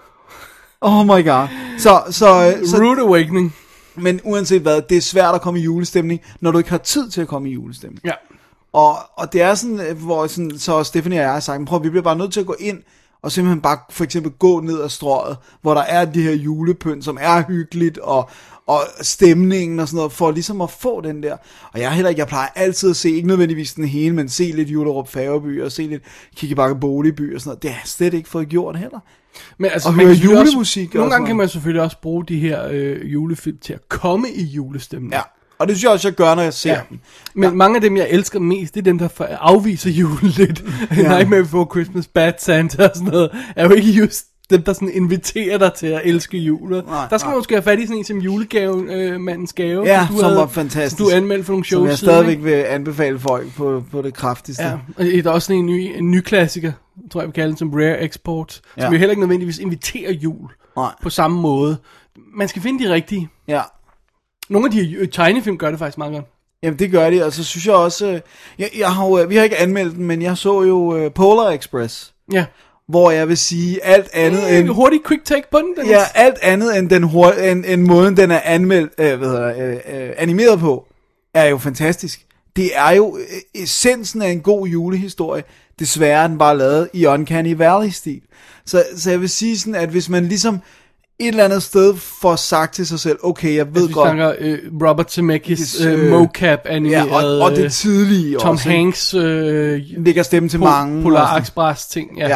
Oh my god. Så rude awakening. Men uanset hvad, det er svært at komme i julestemning, når du ikke har tid til at komme i julestemning. Ja. Og det er sådan, hvor sådan, så Stephanie og jeg har sagt, prøv, vi bliver bare nødt til at gå ind og simpelthen bare for eksempel gå ned ad strøget, hvor der er de her julepynt, som er hyggeligt, og stemningen og sådan noget, for ligesom at få den der. Og jeg plejer altid at se, ikke nødvendigvis den hele, men se lidt Julerup Færgeby, og se lidt Kikkebakke Boligby og sådan noget. Det har jeg slet ikke fået gjort heller. Men altså, og høre julemusik. Nogle gange kan man selvfølgelig også bruge de her julefilm til at komme i julestemning. Ja. Og det synes jeg også, jeg gør, når jeg ser den. Men mange af dem, jeg elsker mest, det er dem, der afviser julen lidt. Nightmare Before Christmas, Bad Santa og sådan noget, er jo ikke just dem, der sådan inviterer dig til at elske julen. Der skal man måske have fat i sådan en som julegave, mandens gave. Ja, som var fantastisk. Som du anmeldte for nogle shows. Som jeg stadigvæk vil anbefale folk på det kraftigste. Ja, og det er også sådan en ny klassiker, tror jeg vi kalder den, som Rare Export, som jo heller ikke nødvendigvis inviterer jul på samme måde. Man skal finde de rigtige. Ja. Nogle af de tegnefilm gør det faktisk meget godt. Jamen det gør de, og så synes jeg også, vi har ikke anmeldt den, men jeg så jo Polar Express. Ja. Hvor jeg vil sige alt andet end... Hurtig quick take på den. Ja, alt andet end måden den er anmeldt, animeret på, er jo fantastisk. Det er jo essensen af en god julehistorie. Desværre er den bare lavet i Uncanny Valley-stil. Så jeg vil sige sådan, at hvis man ligesom et eller andet sted får sagt til sig selv, okay, jeg ved godt... Vi snakker Robert Zemeckis mocap animeret... Ja, og det tidlige Tom også. Tom Hanks... lægger stemme til mange. Polar Express ting, ja.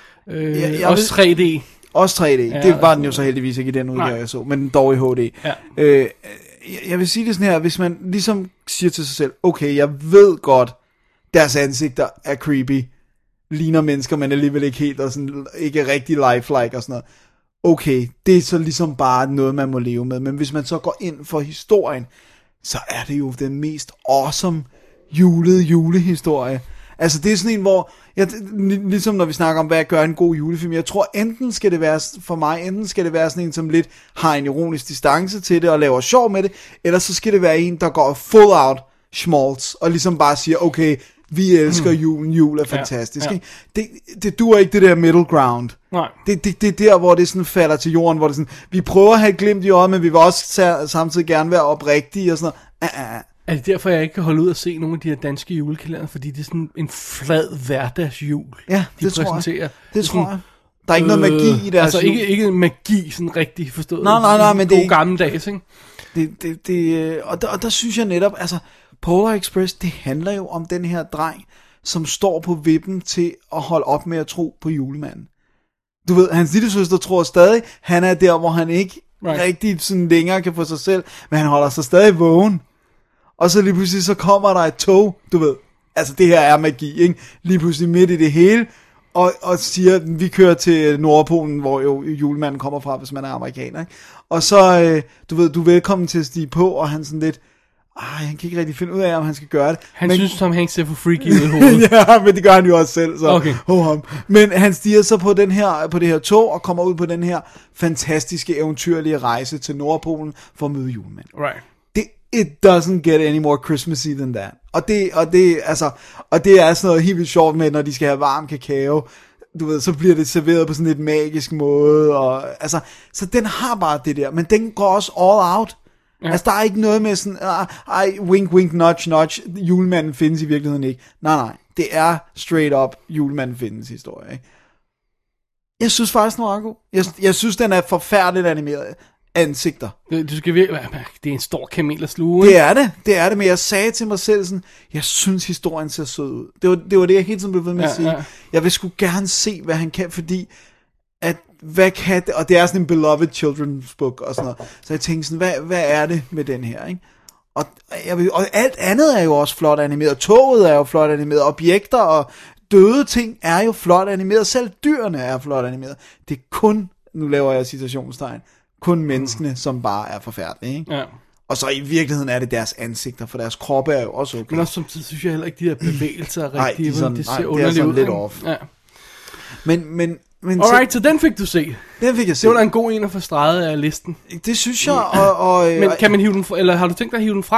Også 3D. Også 3D. Ja, det var den jo så heldigvis ikke i den udgave, jeg så, men dog i HD. Ja. Jeg vil sige det sådan her, hvis man ligesom siger til sig selv, okay, jeg ved godt, deres ansigter er creepy, ligner mennesker, men alligevel ikke helt, og sådan, ikke rigtig lifelike og sådan noget. Okay, det er så ligesom bare noget, man må leve med, men hvis man så går ind for historien, så er det jo den mest awesome julehistorie. Altså det er sådan en, hvor ligesom når vi snakker om, hvad gør en god julefilm, jeg tror enten skal det være sådan en, som lidt har en ironisk distance til det, og laver sjov med det, eller så skal det være en, der går full out schmaltz, og ligesom bare siger, okay, vi elsker julen, jul er fantastisk. Ja. Det duer ikke det der middle ground. Nej. Det er der, hvor det sådan falder til jorden, hvor det sådan, vi prøver at have et glimt i øjet, men vi vil også samtidig gerne være oprigtige, og sådan noget. Er det derfor, jeg ikke kan holde ud og se nogle af de her danske julekalender? Fordi det er sådan en flad hverdagsjul, ja, de præsenterer. Det tror jeg. Der er ikke noget magi i deres jul. Altså ikke magi, sådan rigtig forstået. Nej, men det er gammeldags, ikke? Og der synes jeg netop, altså Polar Express, det handler jo om den her dreng, som står på vippen til at holde op med at tro på julemanden. Du ved, hans lille søster tror stadig, han er der, hvor han ikke rigtig sådan længere kan få sig selv, men han holder sig stadig vågen. Og så lige pludselig, så kommer der et tog, du ved. Altså, det her er magi, ikke? Lige pludselig midt i det hele, og siger, vi kører til Nordpolen, hvor jo julemanden kommer fra, hvis man er amerikaner, ikke? Og så, du ved, du er velkommen til at stige på, og han sådan lidt, han kan ikke rigtig finde ud af, om han skal gøre det. Han synes, Tom Hanks ser for freaky ud i hovedet. Ja, men det gør han jo også selv, så okay. Men han stiger så på det her tog, og kommer ud på den her fantastiske, eventyrlige rejse til Nordpolen, for at møde julemanden. Right. It doesn't get any more Christmassy than that. Og det er sådan noget helt vildt sjovt med, når de skal have varm kakao, du ved, så bliver det serveret på sådan et magisk måde, og altså, så den har bare det der, men den går også all out. Ja. Altså, der er ikke noget med sådan, wink, wink, nudge, nudge, julemanden findes i virkeligheden ikke. Nej, det er straight up, julemanden findes historie, ikke? Jeg synes faktisk, den var god. Jeg synes, den er forfærdeligt animeret. Ansigter. Du skal virkelig, det er en stor kamel at sluge. Det er det, men jeg sagde til mig selv sådan, jeg synes historien ser sød ud. Det var det, jeg hele tiden blev ved med at sige. Ja. Jeg vil sgu gerne se, hvad han kan, fordi at, hvad kan det, og det er sådan en beloved children's book og sådan noget. Så jeg tænkte sådan, hvad er det med den her, ikke? Og alt andet er jo også flot animeret. Toget er jo flot animeret. Objekter og døde ting er jo flot animeret. Selv dyrene er flot animeret. Det er kun, nu laver jeg citationstegn, kun menneskene, som bare er forfærdelige, ikke? Ja. Og så i virkeligheden er det deres ansigter, for deres kroppe er jo også okay. Men også samtidig synes jeg heller ikke, de der bevægelser er rigtige. Det er sådan lidt off. Ja. Men alright, så den fik du set. Den fik jeg set. Det var da en god en at få streget af listen. Det synes jeg, men kan man hive den, eller har du tænkt dig at hive den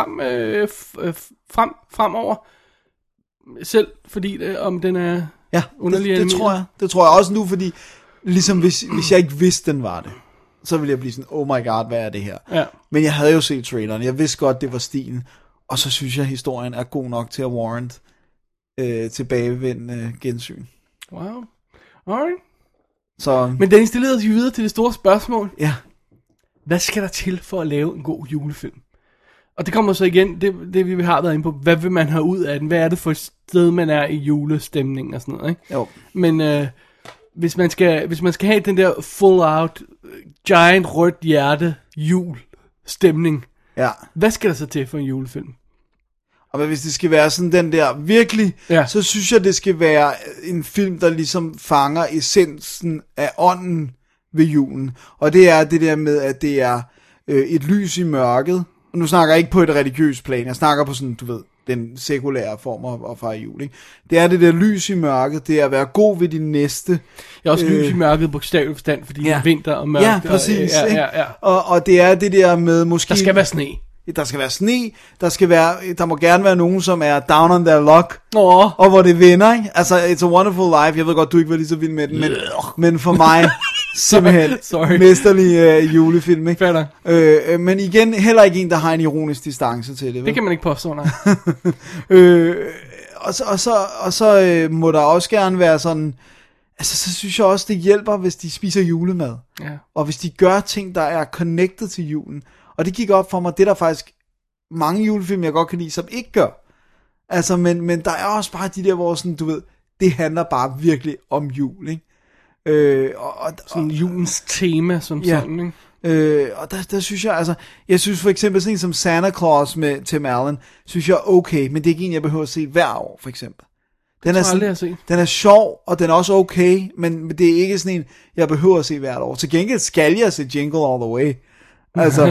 fremover? Selv, fordi om den er underlig animeret? Det tror jeg også nu, fordi ligesom hvis jeg ikke vidste, den var det, så ville jeg blive sådan, oh my god, hvad er det her? Ja. Men jeg havde jo set traileren, jeg vidste godt, det var stilen, og så synes jeg, historien er god nok til at warrant tilbagevendende gensyn. Wow. Alright. Så... Men Dennis, det leder os videre til det store spørgsmål. Ja. Hvad skal der til for at lave en god julefilm? Og det kommer så igen, det vi har været inde på, hvad vil man have ud af den? Hvad er det for et sted, man er i julestemningen og sådan noget, ikke? Jo. Men hvis man skal have den der full out, giant rødt hjerte jul stemning, Ja. Hvad skal der så til for en julefilm? Og hvis det skal være sådan den der virkelig, så synes jeg, det skal være en film, der ligesom fanger essensen af ånden ved julen. Og det er det der med, at det er et lys i mørket. Og nu snakker jeg ikke på et religiøst plan, jeg snakker på sådan, du ved, den sekulære form at fejre jul, ikke? Det er det der lys i mørket, det er at være god ved din næste. Jeg også lys i mørket bogstaveligt forstand, fordi det er vinter og mørkt. Ja, præcis. Og det er det der med måske... Der skal være sne. Der skal være sne, der må gerne være nogen, som er down on their luck, og hvor det vinder, ikke? Altså, It's a Wonderful Life, jeg ved godt, du ikke var lige så vild med den, men for mig, simpelthen, mesterlig julefilm, ikke? Men igen, heller ikke en, der har en ironisk distance til det, vel? Det kan man ikke påstå, nej. Og så må der også gerne være sådan, altså så synes jeg også, det hjælper, hvis de spiser julemad, og hvis de gør ting, der er connected til julen. Og det gik op for mig, det er der faktisk mange julefilm, jeg godt kan lide, som ikke gør. Altså, men der er også bare de der, hvor sådan, du ved, det handler bare virkelig om jul, ikke? Sådan julens tema som sådan, ikke? Og der synes jeg, altså, jeg synes for eksempel sådan en som Santa Claus med Tim Allen, synes jeg er okay, men det er ikke en, jeg behøver at se hver år, for eksempel. Den er sjov, og den er også okay, men det er ikke sådan en, jeg behøver at se hvert år. Til gengæld skal jeg se Jingle All The Way. Altså,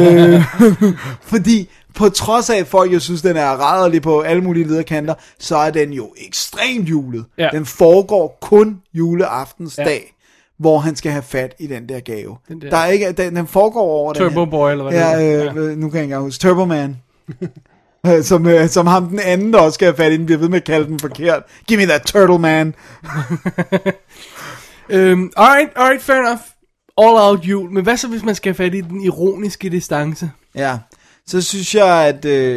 fordi på trods af, at folk jo synes, den er rædderlig på alle mulige lederkanter, så er den jo ekstremt julet. Ja. Den foregår kun juleaftensdag, hvor han skal have fat i den der gave. Der er ikke, den foregår over Turbo Boy, eller hvad det er. Nu kan jeg ikke engang huske. Turbo Man. som ham den anden, der også skal have fat i den, bliver ved med at kalde den forkert. Give me that Turtle Man. Alright, fair enough. All out jul, men hvad så hvis man skal have fat i den ironiske distance? Ja, så synes jeg,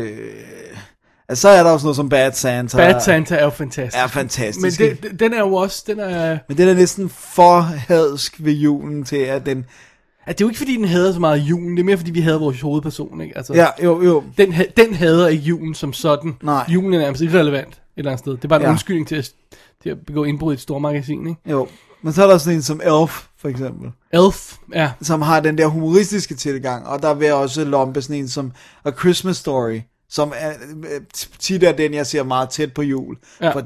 at så er der også noget som Bad Santa. Bad Santa er jo fantastisk. Er fantastisk. Men den er jo også, Men den er næsten for hadsk ved julen til, at den... At det er jo ikke fordi den hader så meget julen, det er mere fordi vi hader vores hovedperson, ikke? Altså, ja, jo. Den hader ikke julen som sådan. Nej. Julen er nærmest irrelevant et eller andet sted. Det er bare en undskyldning til at begå indbrud i et stormagasin, ikke? Jo. Men så er der sådan en som Elf, for eksempel. Elf, ja. Som har den der humoristiske tilgang, og der vil også lompe sådan en som A Christmas Story, som er, tit er den, jeg ser meget tæt på jul, for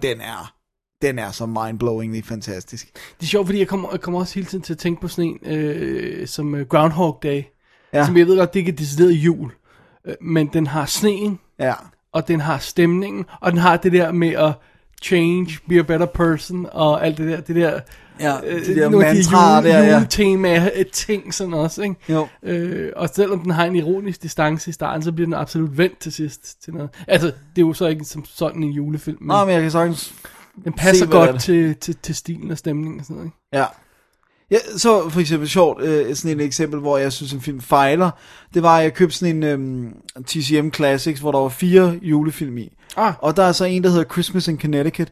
den er så mindblowingly fantastisk. Det er sjovt, fordi jeg kommer også hele tiden til at tænke på sådan en, som Groundhog Day, som jeg ved godt, det ikke er decideret jul, men den har sneen, og den har stemningen, og den har det der med at change, be a better person, og alt det der de der mantraer der, juletema ting sådan også, ikke? Jo. Og selvom den har en ironisk distance i starten, så bliver den absolut vendt til sidst til noget. Altså, det er jo så ikke som sådan en julefilm. Men jeg kan sagtens den passer godt til stilen og stemningen og sådan noget, ikke? Ja, så for eksempel sjovt, sådan et eksempel, hvor jeg synes en film fejler, det var, at jeg købte sådan en TCM Classics, hvor der var 4 julefilm i. Og der er så en, der hedder Christmas in Connecticut.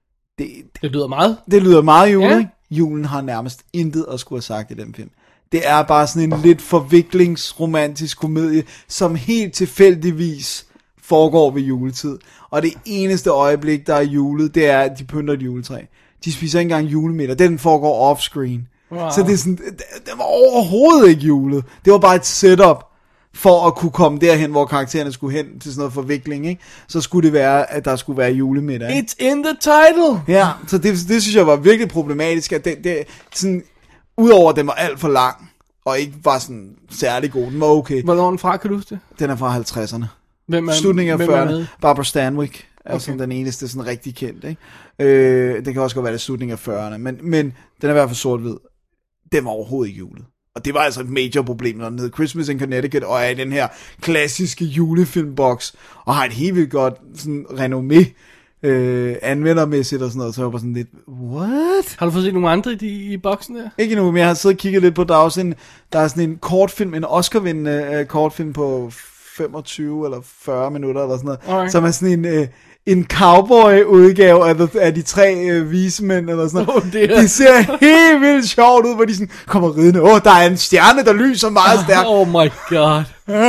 Det lyder meget. Det lyder meget jule, ikke? Julen har nærmest intet at skulle have sagt i den film. Det er bare sådan en lidt forviklingsromantisk komedie, som helt tilfældigvis foregår ved juletid. Og det eneste øjeblik, der er julet, det er, at de pynter et juletræ. De spiser ikke engang julemiddag. Den foregår off-screen. Wow. Så det er sådan, det var overhovedet ikke julet. Det var bare et setup for at kunne komme derhen, hvor karaktererne skulle hen til sådan noget forvikling, ikke? Så skulle det være, at der skulle være julemiddag. It's in the title! Ja, så det synes jeg var virkelig problematisk, at det sådan, udover at den var alt for lang, og ikke var sådan særlig god, den var okay. Hvornår er den fra, kan du huske det? Den er fra 50'erne. Slutningen af 40'erne. Barbara Stanwyck er sådan den eneste sådan rigtig kendt, ikke? Det kan også godt være det slutningen af 40'erne, men den er i hvert fald sort-hvid. Den var overhovedet ikke julet. Og det var altså et major problem, når den hed Christmas in Connecticut, og er i den her klassiske julefilmboks, og har et helt vildt godt sådan renommé, anvendermæssigt og sådan noget, så jeg var sådan lidt, what? Har du fået set nogle andre i boksen der? Ikke nu, men jeg har siddet og kigget lidt på, der er sådan en kortfilm, en Oscar-vindende kortfilm på 25 eller 40 minutter eller sådan noget, som er sådan en cowboy-udgave af de 3 visemænd eller sådan noget. Det ser helt vildt sjovt ud, hvor de sådan kommer ridende. Der er en stjerne, der lyser meget stærkt. Oh my god.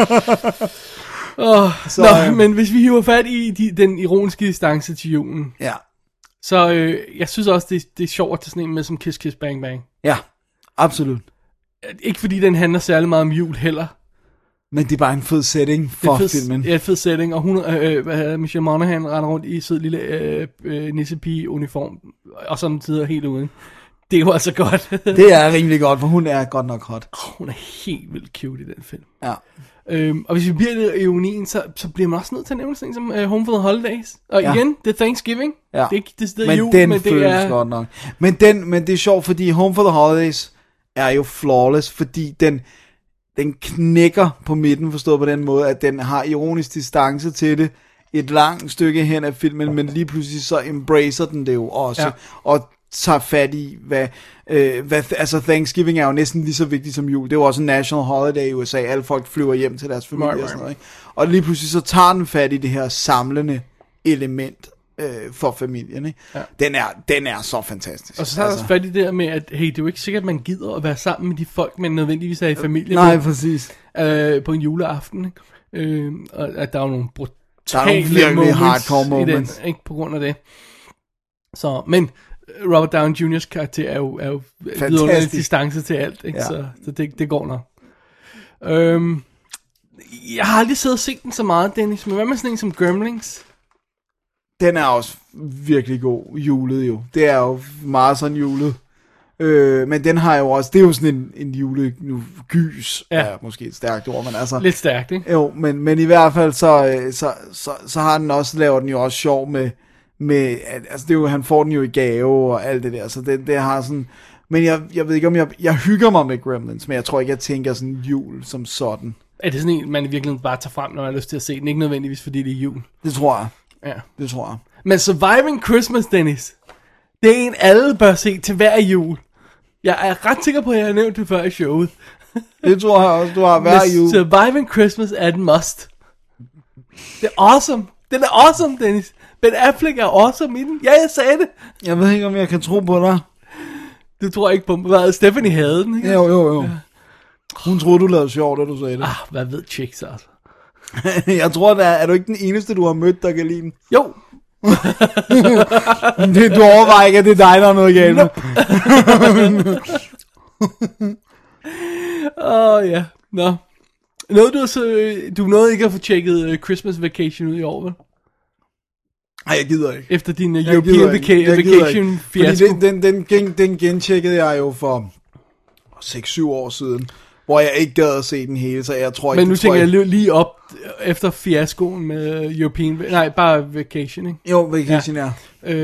Men hvis vi hiver fat i den ironiske distance til julen, så jeg synes også, det er sjovt at tage sådan en med som Kiss Kiss Bang Bang. Ja, absolut. Ikke fordi den handler særlig meget om jul heller. Men det er bare en fed setting for filmen. Ja, en fed setting, og hun, Michelle Monaghan render rundt i sød lille nissepige-uniform, og samtidig helt uden. Det er jo altså godt. Det er rimelig godt, for hun er godt nok hot. Hun er helt vildt cute i den film. Ja. Og hvis vi bliver lidt i ironien, så bliver man også nødt til at nævne sådan som Home for the Holidays. Og igen, det er Thanksgiving. Ja. Det er ikke det sted jul, den men det er... godt nok. Men det er sjovt, fordi Home for the Holidays er jo flawless, fordi den knækker på midten, forstået på den måde, at den har ironisk distance til det et langt stykke hen af filmen, men lige pludselig så embracer den det jo også, og tager fat i, hvad altså Thanksgiving er jo næsten lige så vigtigt som jul. Det er jo også en national holiday i USA. Alle folk flyver hjem til deres familie og sådan noget, ikke? Og lige pludselig så tager den fat i det her samlende element for familien, ikke? Ja. Den er så fantastisk. Og så tager også fat i det der med, at hey, det er jo ikke sikkert, at man gider at være sammen med de folk, man nødvendigvis er i familie Nej, præcis. På en juleaften, ikke? Og at der er jo nogle virkelig hardcore moments. Den, ikke på grund af det. Så, men Robert Downey Jr.'s karakter er jo vidunderlig distance til alt, ikke? Ja. Så det går nok. Jeg har aldrig siddet og set den så meget, Dennis, men hvad med sådan en som Gremlins? Den er også virkelig god julet jo. Det er jo meget sådan julet. Men den har jo også, det er jo sådan en julegys, er måske et stærkt ord, men altså... Lidt stærkt, ikke? Jo, men i hvert fald så har den også, laver den jo også sjov med altså det er jo, han får den jo i gave og alt det der, så det har sådan... Men jeg ved ikke, om jeg hygger mig med Gremlins, men jeg tror ikke, jeg tænker sådan jul som sådan. Er det sådan en, man i virkeligheden bare tager frem, når man har lyst til at se den? Ikke nødvendigvis, fordi det er jul. Det tror jeg. Ja. Det tror jeg. Men Surviving Christmas, Dennis, det er en, alle bør se til hver jul. Jeg er ret sikker på, at jeg har nævnt det før i showet. Det tror jeg også, du har hver jul. Surviving Christmas er den must. Det er awesome. Den er awesome, Dennis. Ben Affleck er awesome i den. Ja, jeg sagde det. Jeg ved ikke, om jeg kan tro på dig. Du tror ikke på mig. Stephanie havde den, ikke? Jo. Ja. Hun troede, du lavede sjovt, da du sagde det. Hvad ved chicks altså? Jeg tror, er du ikke den eneste, du har mødt, der kan lide den? Jo. Du overvejer ikke, at det er dig, der er noget galt med. Ja. Nå. Du nåede ikke at få tjekket Christmas Vacation ud i år, vel? Nej, jeg gider ikke. Efter din European Vacation fiasko. Den gentjekkede jeg jo for 6-7 år siden, hvor jeg ikke gad at se den hele, så jeg tror ikke... Men nu tænker jeg lige op efter fiaskoen med European... Nej, bare Vacation, ikke? Jo, Vacation, ja.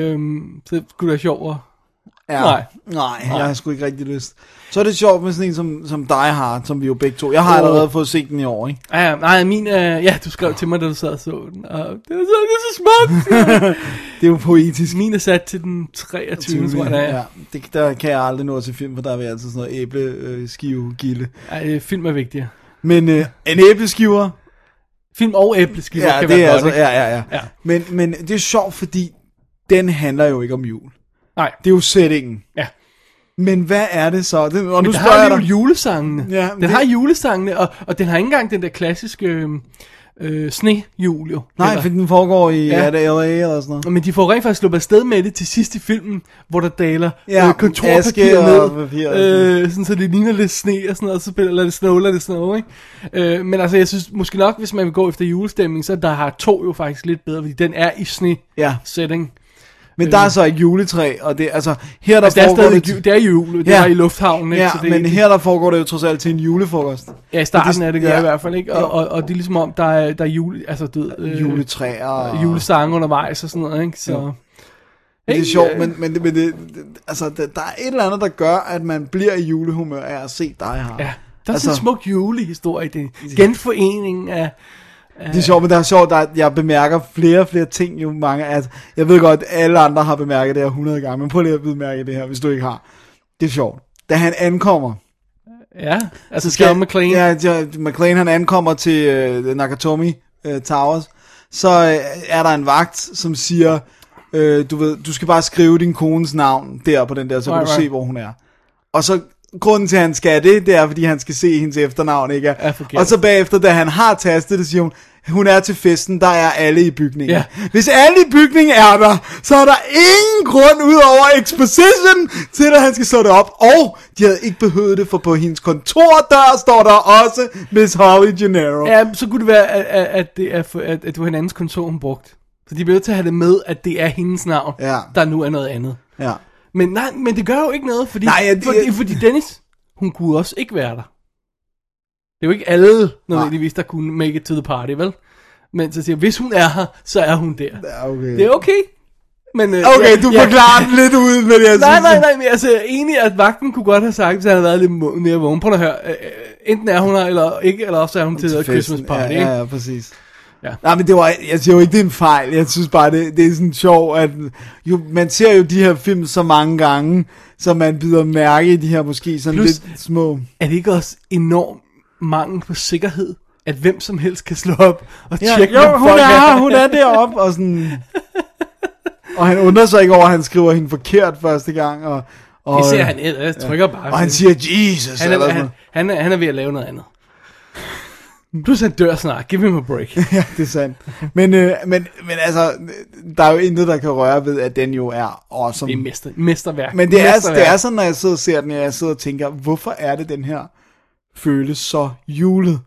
Så skulle det være sjovt. Ja. Nej, jeg har sgu ikke rigtig lyst. Så er det sjovt med sådan en som Die Hard, som vi jo begge to... Jeg har allerede fået set den i år, ikke? Ja, nej, min... du skrev til mig, da du sad og så den. Og det er så smukt! Det er jo poetisk. Min er sat til den 23, tror jeg, det er. Ja, der kan jeg aldrig nå til film, for der vil altid sådan noget æbleskive-gilde. Ej, film er vigtigere. Men en æbleskiver... Film og æbleskiver kan det være er godt, altså, ja. Men det er sjovt, fordi den handler jo ikke om jul. Nej. Det er jo settingen. Ja. Men hvad er det så? Men nu spørger jeg dig. Julesangene. Ja, den har julesangene, og den har ikke engang den der klassiske snehjul jo. Nej, for den foregår i LA eller sådan noget. Men de får rent faktisk sluppet afsted med det til sidst i filmen, hvor der daler kontorpapir ned, sådan så det ligner lidt sne og sådan noget, og så lader det snow, ikke? Men altså, jeg synes måske nok, hvis man vil gå efter julestemning, så der har 2 jo faktisk lidt bedre, fordi den er i sne-setting. Men der er så ikke juletræ, og det altså her der foregår det er jul, det er i lufthavnen, ikke? Ja, så det, men her der foregår det jo trods alt til en julefrokost. Ja, i starten er det gør i hvert fald, ikke? Og det er ligesom om der er jule, altså juletræer og julesange undervejs og sådan noget, ikke? Så det er sjovt, men det altså der er et eller andet der gør, at man bliver i julehumør af at se dig her. Ja, der er sådan en smuk julehistorie, det genforeningen af... Det er sjovt, men det er sjovt, at jeg bemærker flere ting, jo mange, altså, jeg ved godt, at alle andre har bemærket det her 100 gange, men prøv lige at bemærke det her, hvis du ikke har. Det er sjovt. Da han ankommer. Ja, altså John McClane. Ja, McClane han ankommer til Nakatomi Towers, så er der en vagt, som siger, du ved, du skal bare skrive din kones navn der på den der, så kan du se, hvor hun er. Og så grunden til, at han skal det er, fordi han skal se hendes efternavn, ikke? Og så bagefter, da han har tastet det, siger hun, hun er til festen, der er alle i bygningen. Ja. Hvis alle i bygningen er der, så er der ingen grund ud over exposition til, at han skal slå det op. Og de havde ikke behøvet det, for på hendes kontordør står der også Miss Holly Gennaro. Ja, så kunne det være, at det var hinandens kontor, hun brugte. Så de bliver nødt til at have det med, at det er hendes navn, der nu er noget andet. Ja. Men nej, men det gør jo ikke noget, fordi, fordi Dennis, hun kunne også ikke være der. Det er jo ikke alle nødvendigvis, der kunne make it to the party, vel? Men så siger hvis hun er her, så er hun der. Ja, okay. Det er okay. Men, okay, du forklarer den lidt ud, men jeg synes... Nej, men altså, enig, at vagten kunne godt have sagt, hvis han havde været lidt mere vågen. Prøv at høre, enten er hun her, eller ikke, eller også er hun til Christmas party, ikke? Ja, præcis. Ja. Nej, men det var, jeg siger jo ikke, det er en fejl. Jeg synes bare, det er sådan sjovt, at man ser jo de her film så mange gange, så man bider mærke i de her måske sådan lidt små... Er det ikke også enormt mangel på sikkerhed, at hvem som helst kan slå op og tjekke, jo, hun er deroppe, og sådan... Og han undrer sig ikke over, at han skriver hende forkert første gang, og det ser han ned, jeg trykker bare. Og han siger, Jesus, han er ved at lave noget andet. Plus han dør snart, give him a break. Ja, det er sandt. Men altså, der er jo intet, der kan røre ved, at den jo er awesome. Det er mesterværk. Men det er sådan, når jeg sidder og ser den, jeg sidder og tænker, hvorfor er det, den her føles så julet?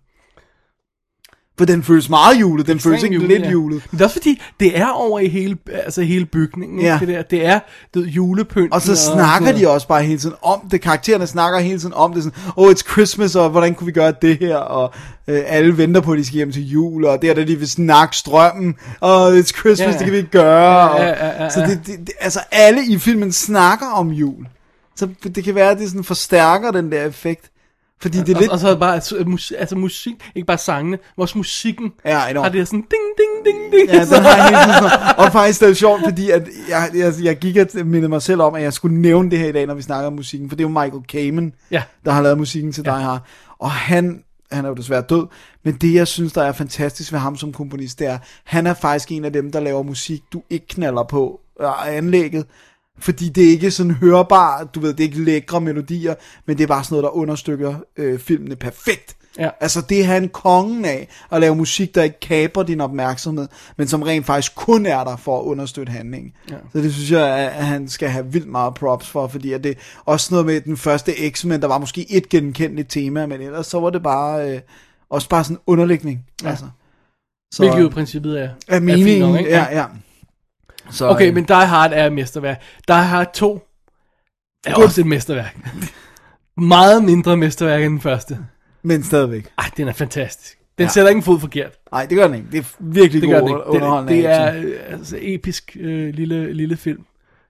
For den føles meget julet, den føles ikke lidt julet. Men det er også fordi, det er over i hele bygningen. Ja. Det er julepynt. Og så snakker de også bare hele tiden om det. Karaktererne snakker hele tiden om det. Sådan, it's Christmas, og hvordan kunne vi gøre det her? Og alle venter på, at de skal hjem til jul. Og der de vil snakke strømmen. Og it's Christmas, det kan vi ikke gøre. Så altså alle i filmen snakker om jul. Så det kan være, at det sådan forstærker den der effekt. Fordi det er lidt... Og så er det bare musik, ikke bare sangene, vores musikken har det sådan ding, ding, ding, ding. Ja, den har helt sådan. Og faktisk det er sjovt, fordi at jeg gik og mindede mig selv om, at jeg skulle nævne det her i dag, når vi snakker om musikken. For det er jo Michael Kamen, der har lavet musikken til dig her. Og han er jo desværre død, men det jeg synes, der er fantastisk ved ham som komponist, det er, han er faktisk en af dem, der laver musik, du ikke knaller på anlægget. Fordi det er ikke sådan hørbart, du ved, det er ikke lækre melodier, men det er bare sådan noget, der understøtter filmene perfekt. Ja. Altså det er han kongen af, at lave musik, der ikke kaprer din opmærksomhed, men som rent faktisk kun er der for at understøtte handlingen. Ja. Så det synes jeg, at han skal have vildt meget props for, fordi at det også noget med den første X-Men, der var måske et genkendeligt tema, men ellers så var det bare, også bare sådan en underlægning. Ja. Altså. Så, hvilket jo i princippet er meningen, ja. Så, okay, men Die Hard er mesterværk. Die Hard 2 er også et mesterværk. Meget mindre mesterværk end den første. Men stadigvæk. Ej, den er fantastisk. Den sætter ikke en fod forkert. Nej, det gør den ikke. Det er virkelig god underholdende. Det er altså episk lille film.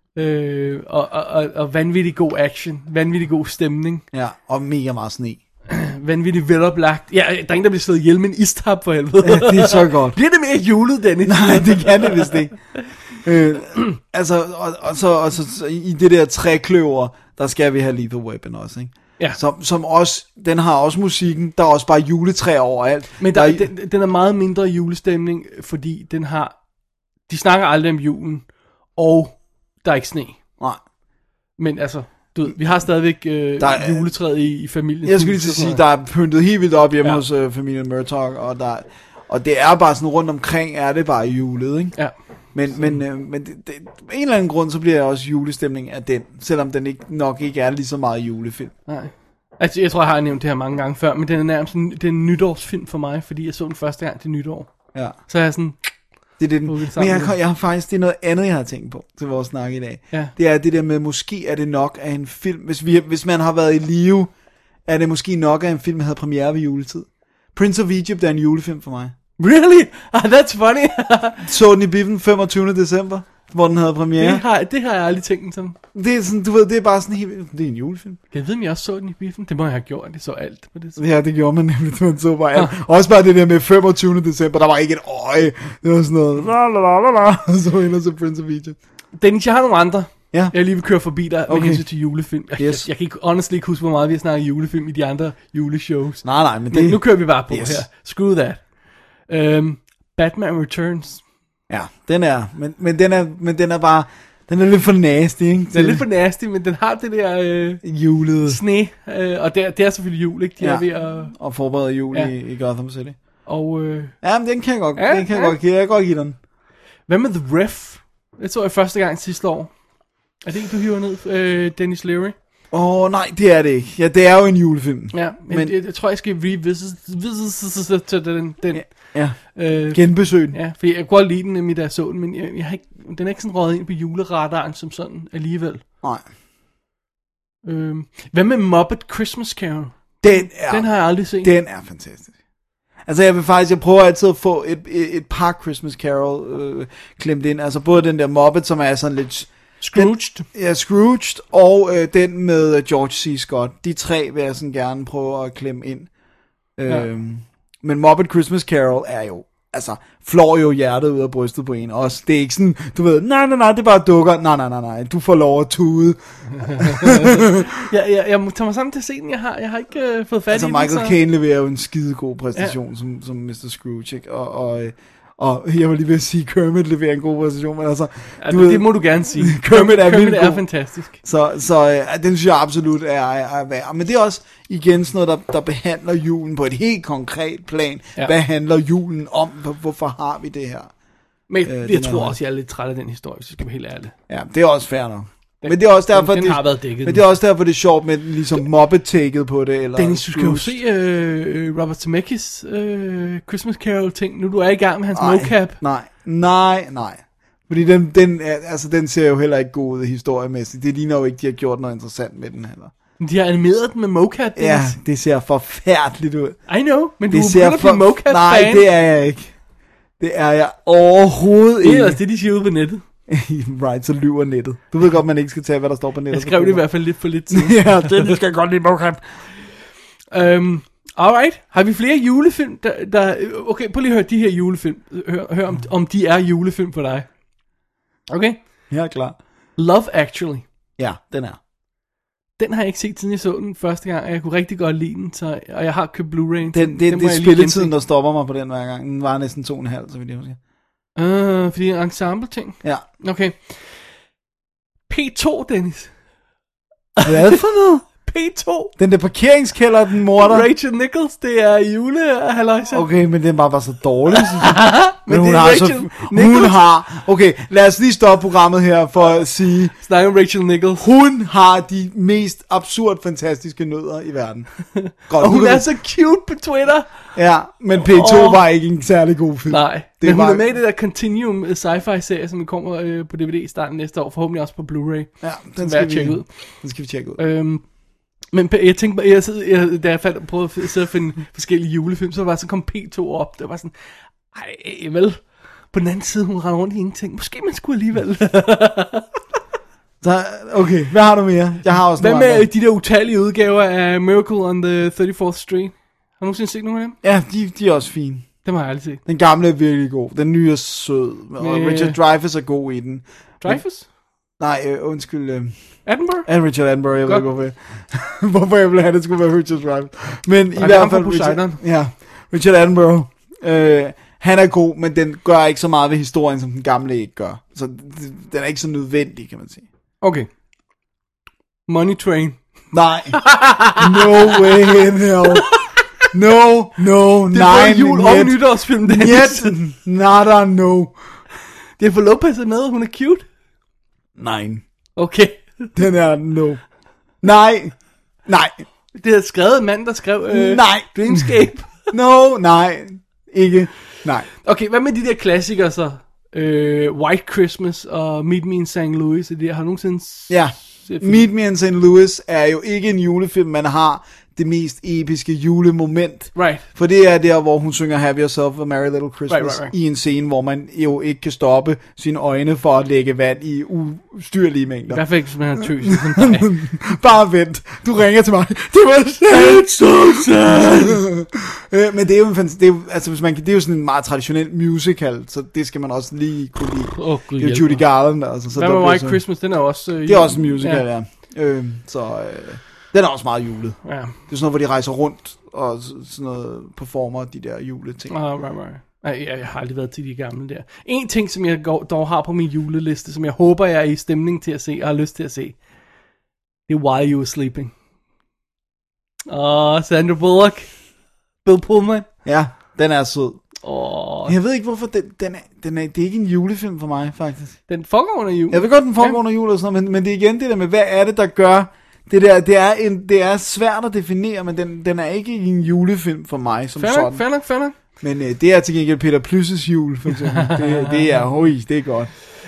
Og vanvittig god action. Vanvittig god stemning. Ja, og mega meget sne. Vanvittigt veloplagt. Ja, der er ingen, der bliver slået ihjel med en istab for helvede. Ja, det er så godt. Bliver det mere julet, Dennis? Nej, det kan det vist ikke. Altså, og så i det der trækløver, der skal vi have Lethal Weapon også, ikke? Ja. Som også, den har også musikken, der er også bare juletræer overalt. Men den er meget mindre julestemning, fordi de snakker aldrig om julen, og der er ikke sne. Nej. Men altså, du ved, vi har stadigvæk juletræet i familien. Jeg skulle lige til at sige, der er pyntet helt vildt op hjemme hos familien Murtaugh, og det er bare sådan rundt omkring, er det bare julet, ikke? Ja. Men det, en eller anden grund, så bliver jeg også julestemning af den, selvom den nok ikke er lige så meget julefilm. Nej. Altså, jeg tror, jeg har nævnt det her mange gange før, men den er nærmest en nytårsfilm for mig, fordi jeg så den første gang til nytår. Ja. Så er jeg sådan... Det er den. Men jeg har faktisk, det er noget andet, jeg har tænkt på til vores snak i dag. Ja. Det er det der med, måske er det nok af en film, hvis man har været i live, er det måske nok af en film, der havde premiere ved juletid. Prince of Egypt er en julefilm for mig. Really? That's funny. Så den i biffen 25. december, hvor den havde premiere. Det har jeg aldrig tænkt som. Det er sådan, du ved, det er bare sådan helt, det er en julefilm. Jeg ved, om jeg også så den i biffen. Det må jeg have gjort, det så alt på det. Ja, det gjorde man nemlig, man så bare alt. Også bare det der med 25. december, der var ikke et øje. Det var sådan noget, og så ind og så Prince of Egypt. Dennis, jeg har nogle andre. Ja. Jeg lige vil køre forbi dig med hensyn til julefilm. Jeg kan ikke honestly ikke huske, hvor meget vi har snakket julefilm i de andre juleshows. Nej, men nu kører vi bare på her. Screw that. Batman Returns. Ja, den er, men den er bare, den er lidt for nasty, ikke? Den er lidt for nasty, men den har det der julede sne, og det er selvfølgelig jul, ikke? De er ved at forberede jul i Gotham City. Og, ja, men den kan jeg godt, ja, den kan jeg godt give. Jeg kan godt give den. Hvad med The Ref? Det så jeg første gang sidste år. Er det ikke, du hiver ned, Dennis Leary? Nej, det er det ikke. Ja, det er jo en julefilm. Ja, men jeg tror, jeg skal revisit til den. Ja. Genbesøg den. Ja, for jeg kunne godt lide den, da jeg så den, men jeg har ikke, den er ikke sådan røget ind på juleradaren som sådan alligevel. Nej. Hvad med Muppet Christmas Carol? Den har jeg aldrig set. Den er fantastisk. Altså jeg prøver altid at få et par Christmas Carol klemt ind. Altså både den der Muppet, som er sådan lidt... Scrooged. Ja, Scrooged, og den med George C. Scott. De tre vil jeg sådan gerne prøve at klemme ind. Men Muppet Christmas Carol er jo, altså, flår jo hjertet ud af brystet på en også. Det er ikke sådan, du ved, nej, det er bare dukker. Nej, du får lov at tude. Jeg må tage mig sammen til at se den. Jeg har ikke fået fat i den. Altså Michael Caine leverer jo en skidegod præstation som Mr. Scrooge, ikke? Og jeg var lige ved at sige, Kermit leverer en god præstation, men altså... det må du gerne sige. Kermit er fantastisk. Så den synes jeg absolut er værd. Men det er også igen sådan noget, der behandler julen på et helt konkret plan. Ja. Hvad handler julen om? Hvorfor har vi det her? Men jeg tror også, jeg er lidt træt af den historie, hvis jeg skal være helt ærlig. Ja, det er også fair nok. Men det er også derfor, den har været dækket. Men det er også derfor, det er sjovt med ligesom Muppet-taket på det. Eller Dennis, du skal jo se Robert Zemeckis Christmas Carol-ting, nu du er i gang med hans mocap. Nej. Fordi den ser jo heller ikke god ud historiemæssigt. Det ligner jo ikke, de har gjort noget interessant med den heller. De har animeret den med mocap, Dennis. Ja, det ser forfærdeligt ud. I know, men det du er begyndt at blive mocap-fan. Nej, det er jeg ikke. Det er jeg overhovedet ikke. Det er også det, de siger ude på nettet. Right, så lyver nettet. Du ved godt, man ikke skal tage, hvad der står på nettet. Jeg skrev det i hvert fald lidt for lidt tid. Ja, det skal godt lide mocap. Alright, har vi flere julefilm, der... Okay, prøv lige at høre de her julefilm. Hør om de er julefilm for dig. Okay? Ja, klar. Love Actually. Ja, den er. Den har jeg ikke set, siden jeg så den første gang, og jeg kunne rigtig godt lide den, og jeg har købt Blu-ray. Det er spilletiden, der stopper mig på den hver gang. Den var næsten 2,5, så vidt jeg husker. Fordi det er en ensemble-ting? Ja. Okay. P2, Dennis. Hvad er det for noget? P2. Den der parkeringskælder, den morder. Rachel Nichols, det er julehalløjsa. Okay, men den var bare så dårlig. Men hun har så... Okay, lad os lige stoppe programmet her for at sige... Snak om Rachel Nichols. Hun har de mest absurd fantastiske nødder i verden. Godt, og hun er så cute på Twitter. Ja, men P2 var ikke en særlig god film. Nej, men hun er med i det der Continuum sci-fi-serie, som kommer på DVD i starten næste år. Forhåbentlig også på Blu-ray. Ja, den skal vi tjekke ud. Men jeg tænkte, da jeg prøvede at sidde og finde forskellige julefilm, så var så kom P2 op. Det var sådan, vel, på den anden side, hun rendte rundt i ingenting. Måske man skulle alligevel. Så, okay, hvad har du mere? Jeg har også hvad med de der utallige udgaver af Miracle on the 34th Street? Har du nogensinde set nogle af dem? Ja, de er også fine. Dem har jeg aldrig set. Den gamle er virkelig god. Den nye er sød. Og Richard Dreyfuss er god i den. Dreyfuss? Nej, undskyld. Attenborough? Richard Attenborough, jeg ved ikke hvorfor jeg ville have, det skulle være Richard Dreyfuss. Men i hvert fald Richard Attenborough. Han er god, men den gør ikke så meget ved historien, som den gamle ikke gør. Så den er ikke så nødvendig, kan man sige. Okay. Money Train. Nej. No way in hell. No, det er både jul og nytårsfilm, Dennis. Yet, nada, no. Det er for Lopez er med, hun er cute. Nej. Okay. Den er no. Nej. Det er skrevet en mand, der skrev Dreamscape. Nej. Ikke. Nej. Okay, hvad med de der klassikere så? White Christmas og Meet Me in St. Louis. Det har nogensinde... Ja. Meet Me in St. Louis er jo ikke en julefilm, man har det mest episke julemoment. Right. For det er der, hvor hun synger Have Yourself a Merry Little Christmas right. I en scene, hvor man jo ikke kan stoppe sine øjne for at lægge vand i ustyrlige mængder. I hvert fald ikke, hvis man er tøs. Bare vent. Du ringer til mig. Det var so sad. Men det er jo det er jo sådan en meget traditionel musical, så det skal man også lige kunne lide. Det er jo Judy Garland. Altså, så hvad med White Christmas? Den er også... det er også en musical, ja. Den er også meget julet. Ja. Det er sådan noget, hvor de rejser rundt og sådan noget performer de der juleting. Right. Jeg har aldrig været til de gamle der. En ting, som jeg dog har på min juleliste, som jeg håber, jeg er i stemning til at se, og har lyst til at se, det er While You Were Sleeping. Sandra Bullock. Bill Pullman. Ja, Den er sød. Jeg ved ikke, hvorfor det er ikke en julefilm for mig, faktisk. Den foregår under jul. Jeg ved godt, den foregår under jul og sådan noget, men det er igen det der med, hvad er det, der gør det der? Det er svært at definere, men den er ikke en julefilm for mig som sådan. Fair nok. Men det er til gengæld Peter Plys' jul, for eksempel. det er godt.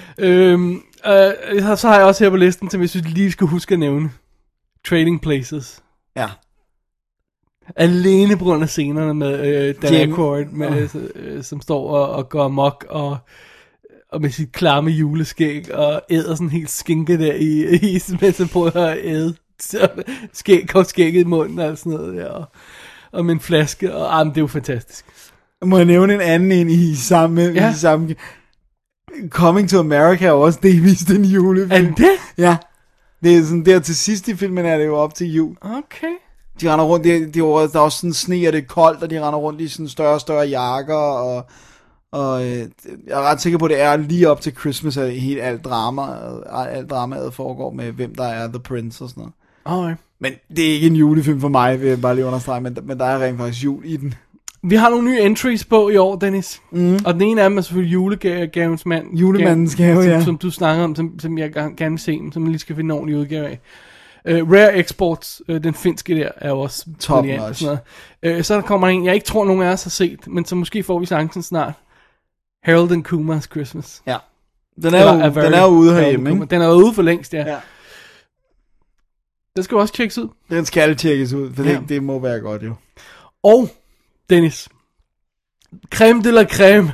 Så har jeg også her på listen, som jeg synes lige skal huske at nævne. Trading Places. Ja. Alene på grund af scenerne med Dan Aykroyd, som står og går amok og med sit klamme juleskæg og æder sådan helt skinke der i mens han prøver at æde skægget i munden og sådan noget der, og med en flaske, og det er jo fantastisk. Må jeg nævne en anden en i samme Coming to America er også delvist en julefilm. Er det? Ja. Det er sådan der til sidst i filmen er det jo op til jul. Okay. De render rundt, der er også sådan sne, og det er koldt, og de render rundt i sådan større og større jakker, og jeg er ret sikker på, at det er lige op til Christmas, at helt alt dramaet foregår med, hvem der er The Prince og sådan noget. Okay. Men det er ikke en julefilm for mig, vil jeg bare lige understrege, men der er rent faktisk jul i den. Vi har nogle nye entries på i år, Dennis. Og den ene af dem er selvfølgelig julegavens mand. Julemandens gave, ja. Som du snakker om, som jeg gerne vil se, som man lige skal finde en ordentlig udgave af. Rare Exports, den finske der, er jo også top notch. Så der kommer en, jeg ikke tror, nogen af os har set, men så måske får vi chancen snart. Harold and Kumar's Christmas. Ja. Den er jo ude herhjemme, ikke? Den er jo ude for længst, ja. Den skal jo også tjekkes ud. Den skal tjekkes ud, for det må være godt, jo. Og, Dennis, creme de la creme,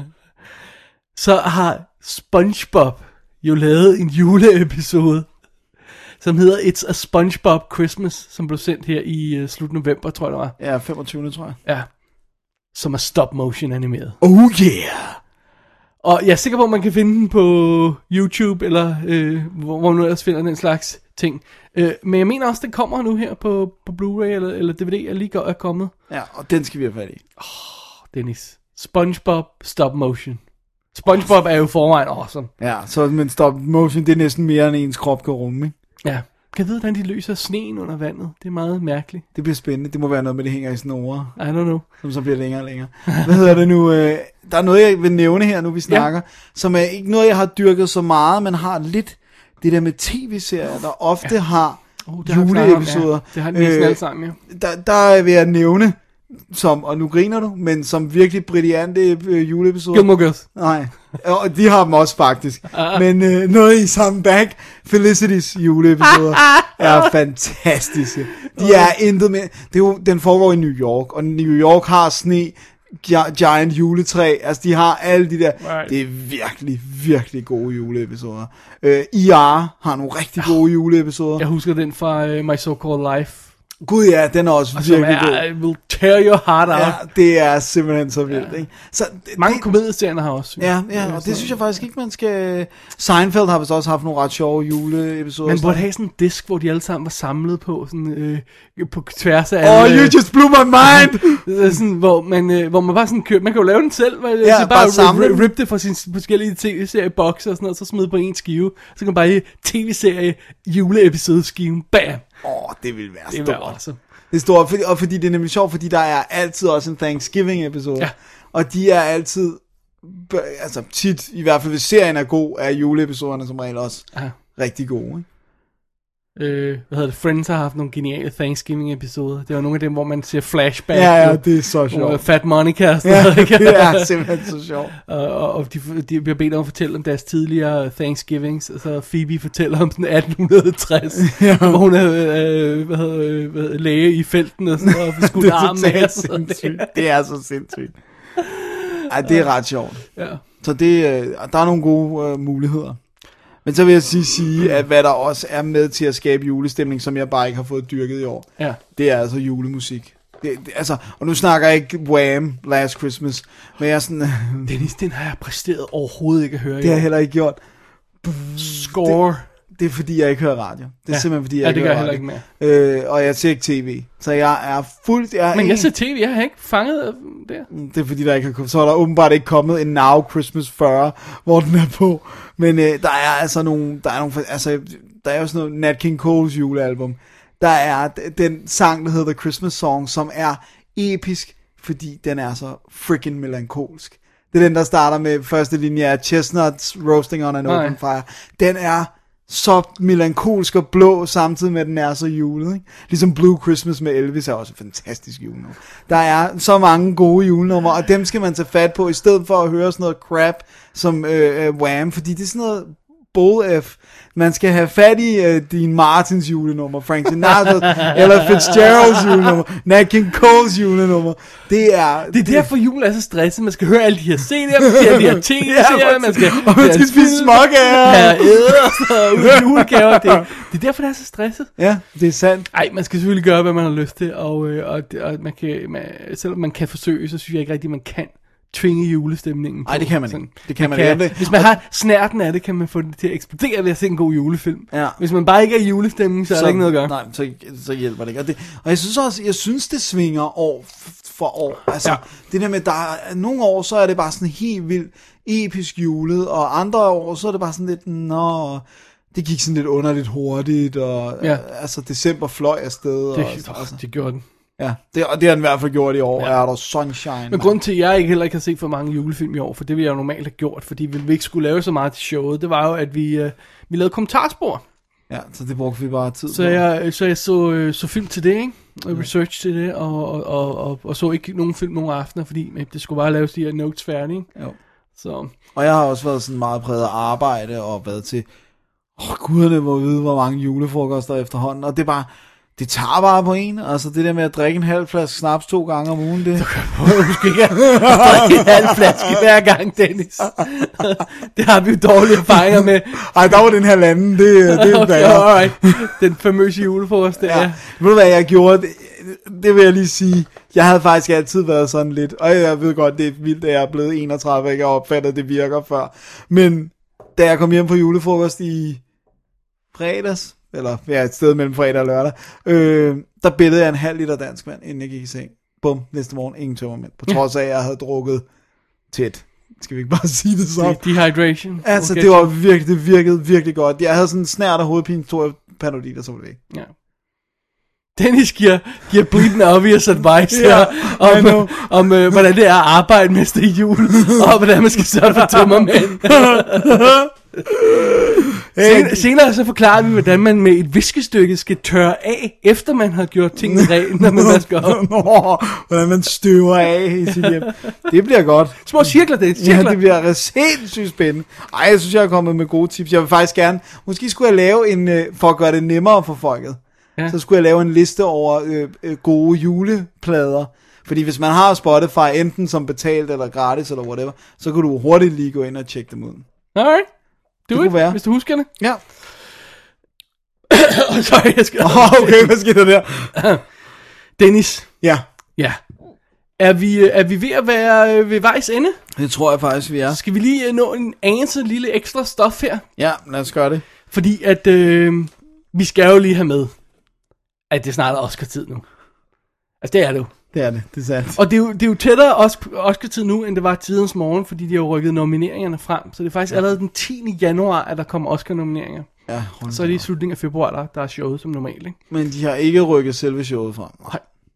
så har SpongeBob jo lavet en juleepisode, som hedder It's a SpongeBob Christmas, som blev sendt her i slut november, tror jeg det var. Ja, 25. tror jeg. Ja, som er stop motion animeret. Oh yeah! Og jeg er sikker på, at man kan finde den på YouTube, eller hvor man ellers finder den slags ting. Men jeg mener også, at den kommer nu her på Blu-ray eller DVD, er lige er kommet. Ja, og den skal vi have fat i. Dennis. SpongeBob stop motion. SpongeBob er jo forvejen awesome. Ja, men stop motion, det er næsten mere end ens krop kan rumme, ikke? Ja. Kan jeg vide, hvordan de løser sneen under vandet? Det er meget mærkeligt. Det bliver spændende. Det må være noget med, det hænger i snore. I don't know. Som så bliver længere og længere. Hvad hedder det nu? Der er noget, jeg vil nævne her, nu vi snakker, som er ikke noget, jeg har dyrket så meget, men har lidt det der med tv-serier, der ofte har juleepisoder. Det har de næsten alle sammen, ja. Der vil jeg nævne, og nu griner du, men som virkelig brillante juleepisoder. Gilmore Girls. Nej, og de har dem også faktisk. Men noget i samme bag, Felicity's juleepisoder er fantastiske. De er intet med. Den foregår i New York, og New York har sne, giant juletræ, altså de har alle de der, det er virkelig, virkelig gode juleepisoder. ER har nogle rigtig gode juleepisoder. Jeg husker den fra My So-Called Life. Gud ja, den er også virkelig god. Will tear your heart out. Ja, det er simpelthen så vildt, ikke? Så mange komedieserier har også. Ja, og det synes jeg faktisk ikke, man skal. Seinfeld har vist også haft nogle ret sjove juleepisoder. Man burde have sådan en disk, hvor de alle sammen var samlet på, sådan, på tværs af alle. You just blew my mind! Sådan, hvor man bare sådan kører, man kan jo lave den selv, bare samle rip det fra sine forskellige tv-seriebokser og sådan noget, så smide på en skive, så kan man bare tv-serie juleepisode skiven, bam! Det vil være stort. Awesome. Det er stort, og fordi det er nemlig sjovt, fordi der er altid også en Thanksgiving-episode. Ja. Og de er altid, altså tit, i hvert fald hvis serien er god, er juleepisoderne som regel også rigtig gode, ikke? Friends har haft nogle geniale Thanksgiving-episoder. Det var nogle af dem, hvor man ser flashback. Ja, det er så sjovt. Fat Monica. Det er simpelthen så sjovt. Og de bliver bedt om at fortælle om deres tidligere Thanksgivings. Og så Phoebe fortæller om sådan 1860, hvor hun er læge i felten og sådan noget, og skulle arme med. Det er så sindssygt. Ej, det er ret sjovt. Ja. Så der er nogle gode muligheder. Men så vil jeg sige, at hvad der også er med til at skabe julestemning, som jeg bare ikke har fået dyrket i år, det er altså julemusik. Altså, og nu snakker jeg ikke Wham! Last Christmas, men jeg er sådan... Dennis, den har jeg præsteret overhovedet ikke at høre. Det har jeg heller ikke gjort. Score. Det er fordi, jeg ikke hører radio. Det er simpelthen fordi, jeg ikke hører radio. Det gør jeg heller ikke mere. Og jeg ser ikke tv. Så jeg er fuldt... Men jeg ser tv, jeg har ikke fanget der. Det er fordi, der ikke har kommet... Så er der åbenbart ikke kommet en Now Christmas 40, hvor den er på. Men der er altså nogle... Der er jo sådan noget Nat King Cole's julealbum. Der er den sang, der hedder The Christmas Song, som er episk. fordi den er så freaking melankolsk. Det er den, der starter med første linje af Chestnuts Roasting on an Open Fire. Den er så melankolsk og blå, samtidig med, at den er så julet. Ikke? Ligesom Blue Christmas med Elvis er også et fantastisk julenummer. Der er så mange gode julenummer, og dem skal man tage fat på, i stedet for at høre sådan noget crap som Wham, fordi det er sådan noget bull F. Man skal have fat i din Martins julenummer, Frank Sinatra, eller Fitzgeralds julenummer, Nat King Cole's julenummer. Det er derfor julen er så stresset. Man skal høre alle de her CD'er, man skal have de her ting-serier, man skal spise småkager. Ja, æde og sådan noget, julegaver. Det er derfor, det er så stresset. Ja, det er sandt. Ej, man skal selvfølgelig gøre, hvad man har lyst til, og man kan, selvom man kan forsøge, så synes jeg ikke rigtigt, man kan tvinge julestemningen. Nej, det kan man sådan. ikke. Det kan man ikke. Hvis man har snærten af det, kan man få det til at eksplodere ved at se en god julefilm. Ja. Hvis man bare ikke er i julestemning, så er der ikke noget at gøre. Nej, så hjælper det ikke. Og jeg synes også, det svinger år for år. Altså, det der med, der er nogle år, så er det bare sådan helt vildt episk julet, og andre år, så er det bare sådan lidt, det gik sådan lidt underligt hurtigt, og altså, december fløj afsted. Det gjorde den. Ja, det har den i hvert fald gjort i år. Er der sunshine. Men grunden til, at jeg heller ikke har set for mange julefilm i år, for det ville jeg jo normalt have gjort, fordi vi ikke skulle lave så meget til showet, det var jo, at vi lavede kommentarspor. Ja, så det brugte vi bare tid på. Så jeg så film til det, ikke? Og research til det, og så ikke nogen film nogle aftener, fordi det skulle bare laves de her notes færdige. Jo. Så. Og jeg har også været sådan meget præget af arbejde, og været til, guderne må vide, hvor mange julefrokoster efterhånden, og det er bare... Det tager bare på en. Altså det der med at drikke en halv flaske snaps 2 gange om ugen, det... Husk ikke at drikke en halv flaske hver gang, Dennis. Det har vi jo dårlige erfaringer med. Ej, der var den her landen, det er okay, alright. Den famøse julefrokost, ja. Ved du hvad jeg gjorde? Det vil jeg lige sige. Jeg havde faktisk altid været sådan lidt, og jeg ved godt, det er vildt, at jeg er blevet 31, og ikke har opfattet, at det virker før. Men da jeg kom hjem på julefrokost i fredags, eller et sted mellem fredag og lørdag, der billede jeg en halv liter dansk vand, inden jeg gik i seng. Bum, næste morgen, ingen tømmermænd. På trods af, at jeg havde drukket tæt. Skal vi ikke bare sige det så? Dehydration. Altså, det virkede virkelig godt. Jeg havde sådan en snært af hovedpine, tog jeg Panodil, og så var det væk. Ja. Dennis giver bleeding obvious advice her, om hvordan det er at arbejde med det jul, og hvordan man skal sørge for tømmermænd. Senere så forklarer vi, hvordan man med et viskestykke skal tørre af, efter man har gjort tingene rent, når man vasker op. Hvordan man støver af i sit hjem. Det bliver godt. Små cirkler, det. Ja, det bliver sindssygt spændende. Ej, jeg synes, jeg er kommet med gode tips. Jeg vil faktisk gerne, måske skulle jeg lave for at gøre det nemmere for folket. Ja. Så skulle jeg lave en liste over gode juleplader. Fordi hvis man har Spotify, enten som betalt eller gratis eller whatever, så kan du hurtigt lige gå ind og tjekke dem ud. Alright. Det kunne være. Hvis du husker det. Ja. Sorry, jeg skal... Okay, hvad sker der der? Dennis. Ja. Ja. Er vi ved at være ved vejs ende? Det tror jeg faktisk, vi er. Skal vi lige nå en anelse lille ekstra stof her? Ja, lad os gøre det. Fordi at vi skal jo lige have med, at det snart er Oscar-tid nu. Altså det er det jo. Det er det, det er sandt. Og det er jo tættere Oscar-tid nu, end det var tidens morgen, fordi de har rykket nomineringerne frem. Så det er faktisk allerede den 10. januar, at der kommer Oscar-nomineringer. Ja, så er det i slutningen af februar, der er showet som normalt, ikke? Men de har ikke rykket selve showet frem. Nej.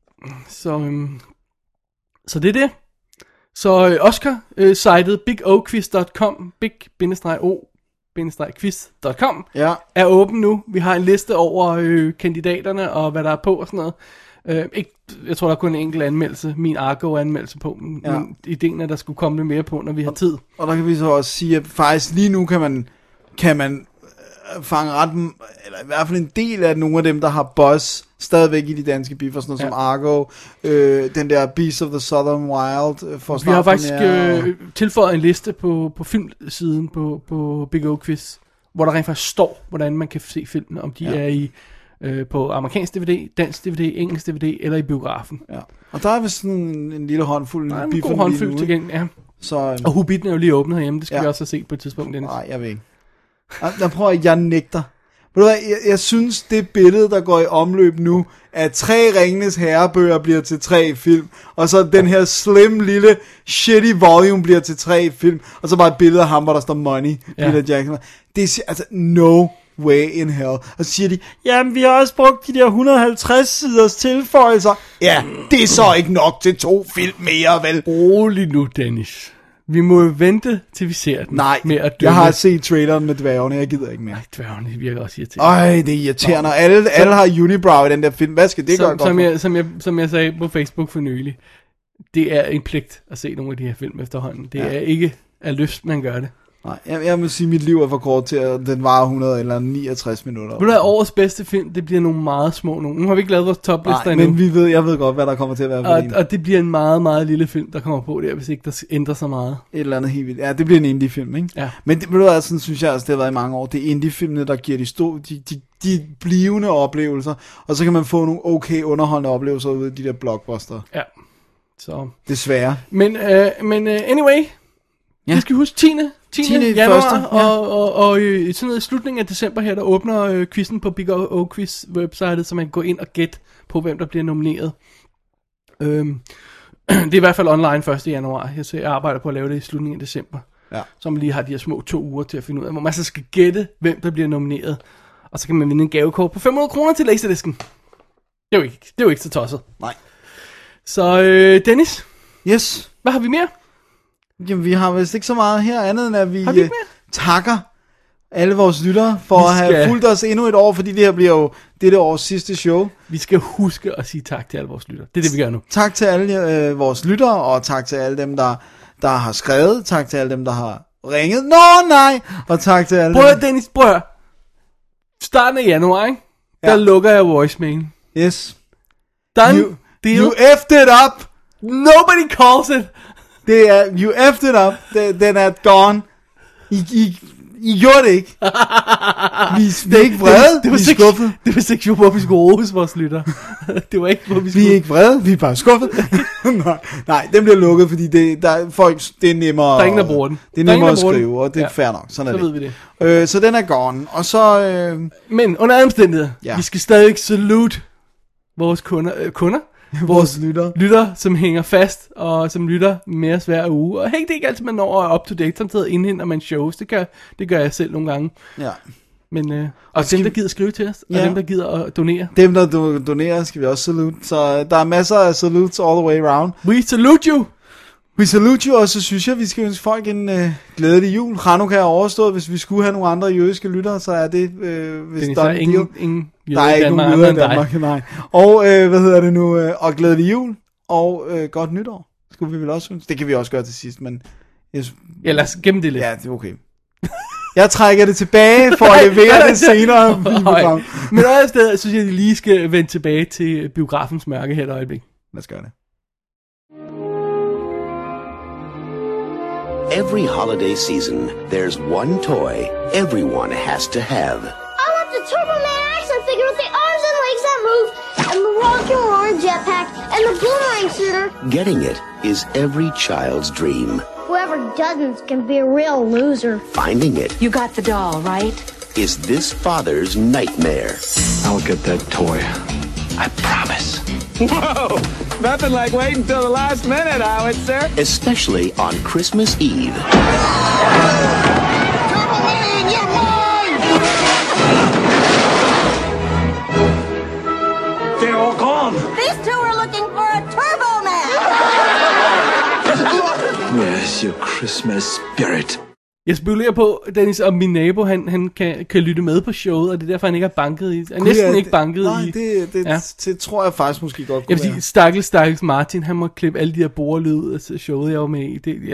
Så det er det. Så Oscar-sitet bigoquiz.com, big-o-quiz.com er åben nu. Vi har en liste over kandidaterne og hvad der er på og sådan noget. Jeg tror der er kun en enkelt anmeldelse, min Argo-anmeldelse på, men ideen er, der skulle komme lidt mere på, når vi har tid. Og der kan vi så også sige, at faktisk lige nu kan man fange ret, eller i hvert fald en del af nogle af dem, der har buzz stadigvæk i de danske biffer, sådan noget som Argo, den der Beast of the Southern Wild. Vi har faktisk tilføjet en liste på filmsiden på Big O Quiz, hvor der rent faktisk står, hvordan man kan se filmene, om de er i på amerikansk DVD, dansk DVD, engelsk DVD eller i biografen. Ja. Og der er vist sådan en lille håndfuld. Der er en god håndfuld til gengæld, ja. Så, og Hobbiten er jo lige åbnet herhjemme, det skal vi også have set på et tidspunkt, Dennis. Nej, jeg ved ikke. Der prøver jeg nægter. Ved du hvad, jeg synes det billede, der går i omløb nu, at 3 Ringenes Herrebøger bliver til 3 film, og så den her slim lille shitty volume bliver til 3 film, og så bare et billede af ham, hvor der står money, Peter Jackson. Det er altså no way in hell. Og så siger de, jamen vi har også brugt de der 150 siders tilføjelser. Ja, det er så ikke nok til 2 film mere, vel? Rolig nu, Dennis. Vi må jo vente, til vi ser den. Nej, med at dømme. Jeg har set traileren med dværgene, jeg gider ikke mere. Nej, dværgene virker også irriterende. Ej, det er irriterende. Alle har unibrow i den der film. Hvad skal det gøre godt som jeg sagde på Facebook for nylig, det er en pligt at se nogle af de her film efterhånden. Det er ikke af lyst, man gør det. Nej, jeg må sige, at mit liv er for kort til, at den varer 100 eller 69 minutter. Ved du, årets bedste film, det bliver nogle meget små nogle. Nu har vi ikke lavet vores toplister endnu. Men jeg ved godt, hvad der kommer til at være for en. Og det bliver en meget, meget lille film, der kommer på der, hvis ikke der ændrer så meget. Et eller andet helt vildt. Ja, det bliver en indie-film, ikke? Ja. Men det, ved du, sådan synes jeg også, det har været i mange år. Det er indie-filmene, der giver de blivende oplevelser, og så kan man få nogle okay underholdende oplevelser ud af de der blockbuster. Ja. Så. Desværre. Men anyway, det skal vi huske 10. januar, og i sådan noget i slutningen af december her, der åbner quizzen på Big O Quiz websitet, så man kan gå ind og gætte på, hvem der bliver nomineret. Det er i hvert fald online 1. januar. Jeg arbejder på at lave det i slutningen af december. Ja. Så man lige har de her små 2 uger til at finde ud af, hvor man så skal gætte, hvem der bliver nomineret. Og så kan man vinde en gavekort på 500 kroner til Laserdisken. Det er jo ikke så tosset. Nej. Så Dennis? Yes. Hvad har vi mere? Jamen, vi har vist ikke så meget her andet, end at vi takker alle vores lyttere for at have fulgt os endnu et år, fordi det her bliver jo dette års sidste show. Vi skal huske at sige tak til alle vores lyttere. Det er det, vi gør nu. Tak til alle vores lyttere, og tak til alle dem, der har skrevet. Tak til alle dem, der har ringet. Nej! Og tak til alle dem. Dennis, prøv. Starten af januar, ikke? Der lukker jeg voicemail. Yes. Done. You effed it up. Nobody calls it. Det er, you effed it up. Den er gone. I gjorde det ikke. Vi er ikke vrede. Vi er skuffet. Det var ikke, hvor vi skulle rose vores lytter. Det var ikke, hvor vi skulle. Vi er ikke vrede. Vi er bare skuffet. Nej, den bliver lukket, fordi det er nemmere. Der er ingen, der bruger den. Det er nemmere at skrive, og det er fair nok. Sådan er så det. ved vi det. Så den er gone. Og så... Men under omstændigheder, vi skal stadig salute vores kunder. Vores lytter, som hænger fast, og som lytter med os hver uge. Og hey, det er ikke altid, man når up to date. Samtidig indhenter man shows. Det gør jeg selv nogle gange. Ja. Men, og dem, der gider skrive til os, og dem, der gider at donere. Dem, der donerer, skal vi også salute. Så der er masser af salutes all the way around. We salute you! We salute you, og så synes jeg, vi skal ønske folk en glædelig jul. Hanukkah er overstået. Hvis vi skulle have nogle andre jødiske lyttere, så er det... hvis der er ingen der er ikke nogen jøder i Danmark, nej. Og og glædelig jul, og godt nytår. Skulle vi vel også ønske. Det kan vi også gøre til sidst, men... Ja, lad os gemme det lidt. Ja, det er okay. Jeg trækker det tilbage for at levere det senere i program. Men i stedet synes jeg, at de lige skal vende tilbage til biografens mørke her et øjeblik. Lad os gøre det. Every holiday season, there's one toy everyone has to have. I want the Turbo Man action figure with the arms and legs that move, and the Rocky Roaring jetpack, and the boomerang shooter. Getting it is every child's dream. Whoever doesn't can be a real loser. Finding it. You got the doll, right? Is this father's nightmare. I'll get that toy. I promise. Whoa! Nothing like waiting until the last minute, Howitzer. Especially on Christmas Eve. Turbo Man, you're mine! They're all gone. These two are looking for a Turbo Man. Where's your Christmas spirit? Jeg spekulerer på, Dennis, om min nabo, han kan lytte med på showet, og det er derfor, han ikke har banket i. Han næsten ikke banket i. Nej, det tror jeg faktisk måske godt kunne være. Stakkels Martin, han må klippe alle de her borelyd ud af showet, jeg var med i.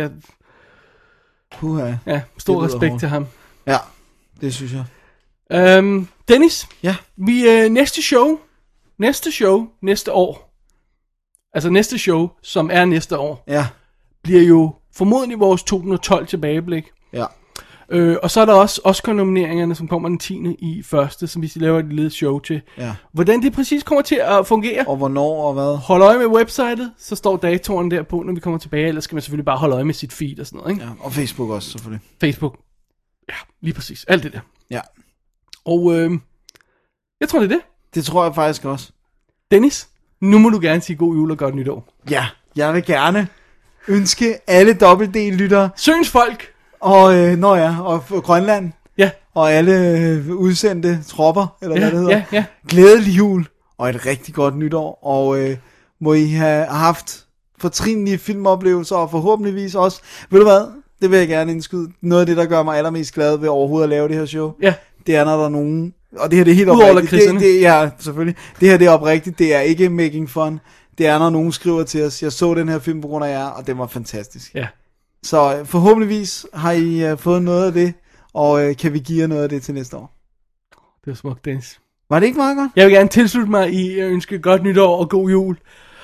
Stor respekt til ham. Ja, det synes jeg. Dennis? Ja? Vi næste show næste år, altså næste show, som er næste år, bliver jo formodentlig vores 2012 tilbageblik. Ja. Og så er der også Oscar-nomineringerne, som kommer den 10. i første, som vi laver et lille show til. Ja. Hvordan det præcis kommer til at fungere. Og hvornår og hvad. Hold øje med websitet, så står datoren der på, når vi kommer tilbage. Ellers skal man selvfølgelig bare holde øje med sit feed og sådan noget, ikke? Ja, og Facebook også, selvfølgelig. Facebook. Ja, lige præcis. Alt det der. Ja. Og jeg tror, det er det. Det tror jeg faktisk også. Dennis, nu må du gerne sige god jul og godt nytår. Ja, jeg vil gerne ønske alle dobbelt-D-lyttere. Søns folk. Og og Grønland. Ja. og alle udsendte tropper, eller hvad det hedder. Ja. Glædelig jul, og et rigtig godt nytår, og må I have haft fortrinlige filmoplevelser, og forhåbentligvis også, ved du hvad, det vil jeg gerne indskyde, noget af det, der gør mig allermest glad ved overhovedet at lave det her show, det er, når der er nogen, og det her det er helt oprigtigt, ja, selvfølgelig, det her det er oprigtigt, det er ikke making fun, det er, når nogen skriver til os, jeg så den her film på grund af jer, og det var fantastisk. Ja. Så forhåbentligvis har I fået noget af det, og kan vi give jer noget af det til næste år. Det var smukt, Dennis. Var det ikke meget godt? Jeg vil gerne tilslutte mig i at ønske godt nytår og god jul.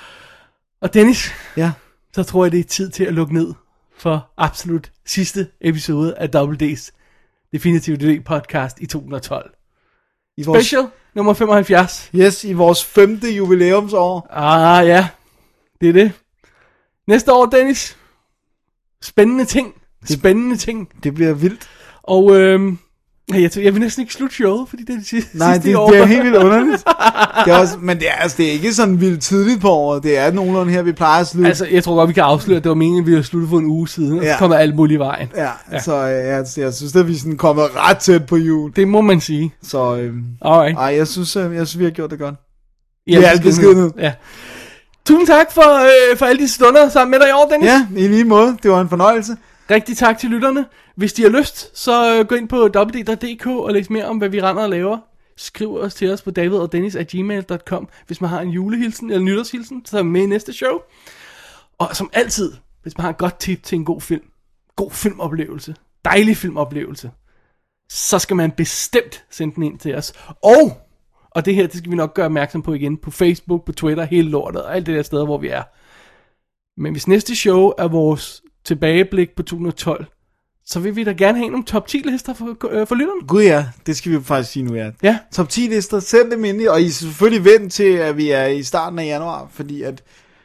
Og Dennis, så tror jeg, det er tid til at lukke ned for absolut sidste episode af Double D's Definitive DVD podcast i 2012. Special nummer 75. Yes, i vores 5. jubilæumsår. Ja, det er det. Næste år, Dennis. Spændende ting. Det bliver vildt. Og jeg vil næsten ikke slutte showet, fordi det er det sidste Nej, det år. det er helt vildt underligt. Det er også, men det er ikke sådan vildt tidligt på året. Det er nogenlunde her, vi plejer at slutte. Altså, jeg tror godt, vi kan afsløre, at det var meningen, at vi havde sluttet for en uge siden, og så kommer alt muligt i vejen. Ja. Så jeg synes, at vi er sådan kommet ret tæt på jul. Det må man sige. Så jeg synes, vi har gjort det godt. Ja, det er alt beskeden. Ja. Tusind tak for alle de stunder sammen med dig i år, Dennis. Ja, i lige måde. Det var en fornøjelse. Rigtig tak til lytterne. Hvis de har lyst, så gå ind på www.dk og læs mere om, hvad vi render og laver. Skriv os til os på davidogdennis@gmail.com, hvis man har en julehilsen eller nytårshilsen, så er vi med i næste show. Og som altid, hvis man har et godt tip til en god film, god filmoplevelse, dejlig filmoplevelse, så skal man bestemt sende den ind til os. Og det her, det skal vi nok gøre opmærksom på igen, på Facebook, på Twitter, hele lortet, og alt det der steder, hvor vi er. Men hvis næste show er vores tilbageblik på 2012, så vil vi da gerne have nogle top 10 lister for lytterne. Gud ja, det skal vi faktisk sige nu, ja. Top 10 lister, send dem ind, og I er selvfølgelig vent til, at vi er i starten af januar, fordi at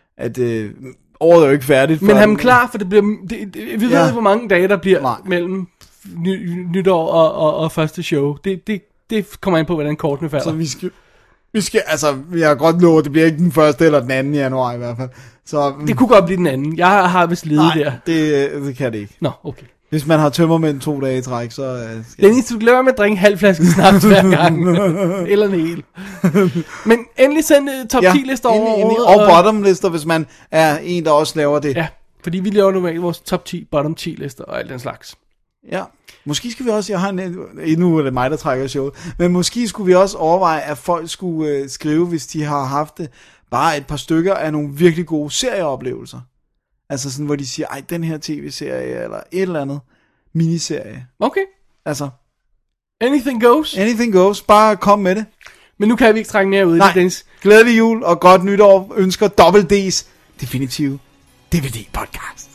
året er jo ikke færdigt. Men have dem klar, for det bliver, vi ved ikke, hvor mange dage der bliver mellem nytår og første show. Det kommer ind på, hvordan kortene falder. Så vi skal, altså, jeg har godt lovet, at det bliver ikke den 1. eller den 2. januar i hvert fald. Så, det kunne godt blive den 2. Jeg har vist ledet der. Det kan det ikke. Nå, okay. Hvis man har tømmermænd 2 dage i træk, så... Dennis, du glemmer med at drikke en halv flaske snaps hver gang. Eller en hel. Men endelig send top 10 lister over. Og bottom lister, hvis man er en, der også laver det. Ja, fordi vi laver normalt vores top 10, bottom 10 lister og alt den slags. Ja, måske skal vi også, nu er det mig, der trækker showet, men måske skulle vi også overveje, at folk skulle skrive, hvis de har haft bare et par stykker af nogle virkelig gode serieoplevelser. Altså sådan, hvor de siger, ej, den her tv-serie, eller et eller andet miniserie. Okay. Altså. Anything goes. Anything goes. Bare kom med det. Men nu kan vi ikke trække mere ud i det, Dennis. Glædelig jul og godt nytår. Ønsker Double D's Definitive DVD podcast.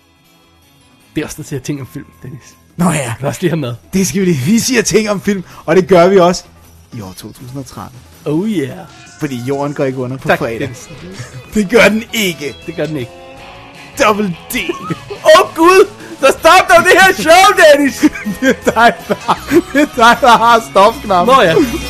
Det er også der siger ting om film, Dennis. Nå ja. Lad os lige have med. Det skal vi lige. Vi siger ting om film, og det gør vi også i år 2013. Oh yeah. Fordi jorden går ikke under på fredag. Dennis. Det gør den ikke. Det gør den ikke. Double D. Gud, så stop dog det her show, Dennis. Det er dig, der har stopknappen. Nå ja.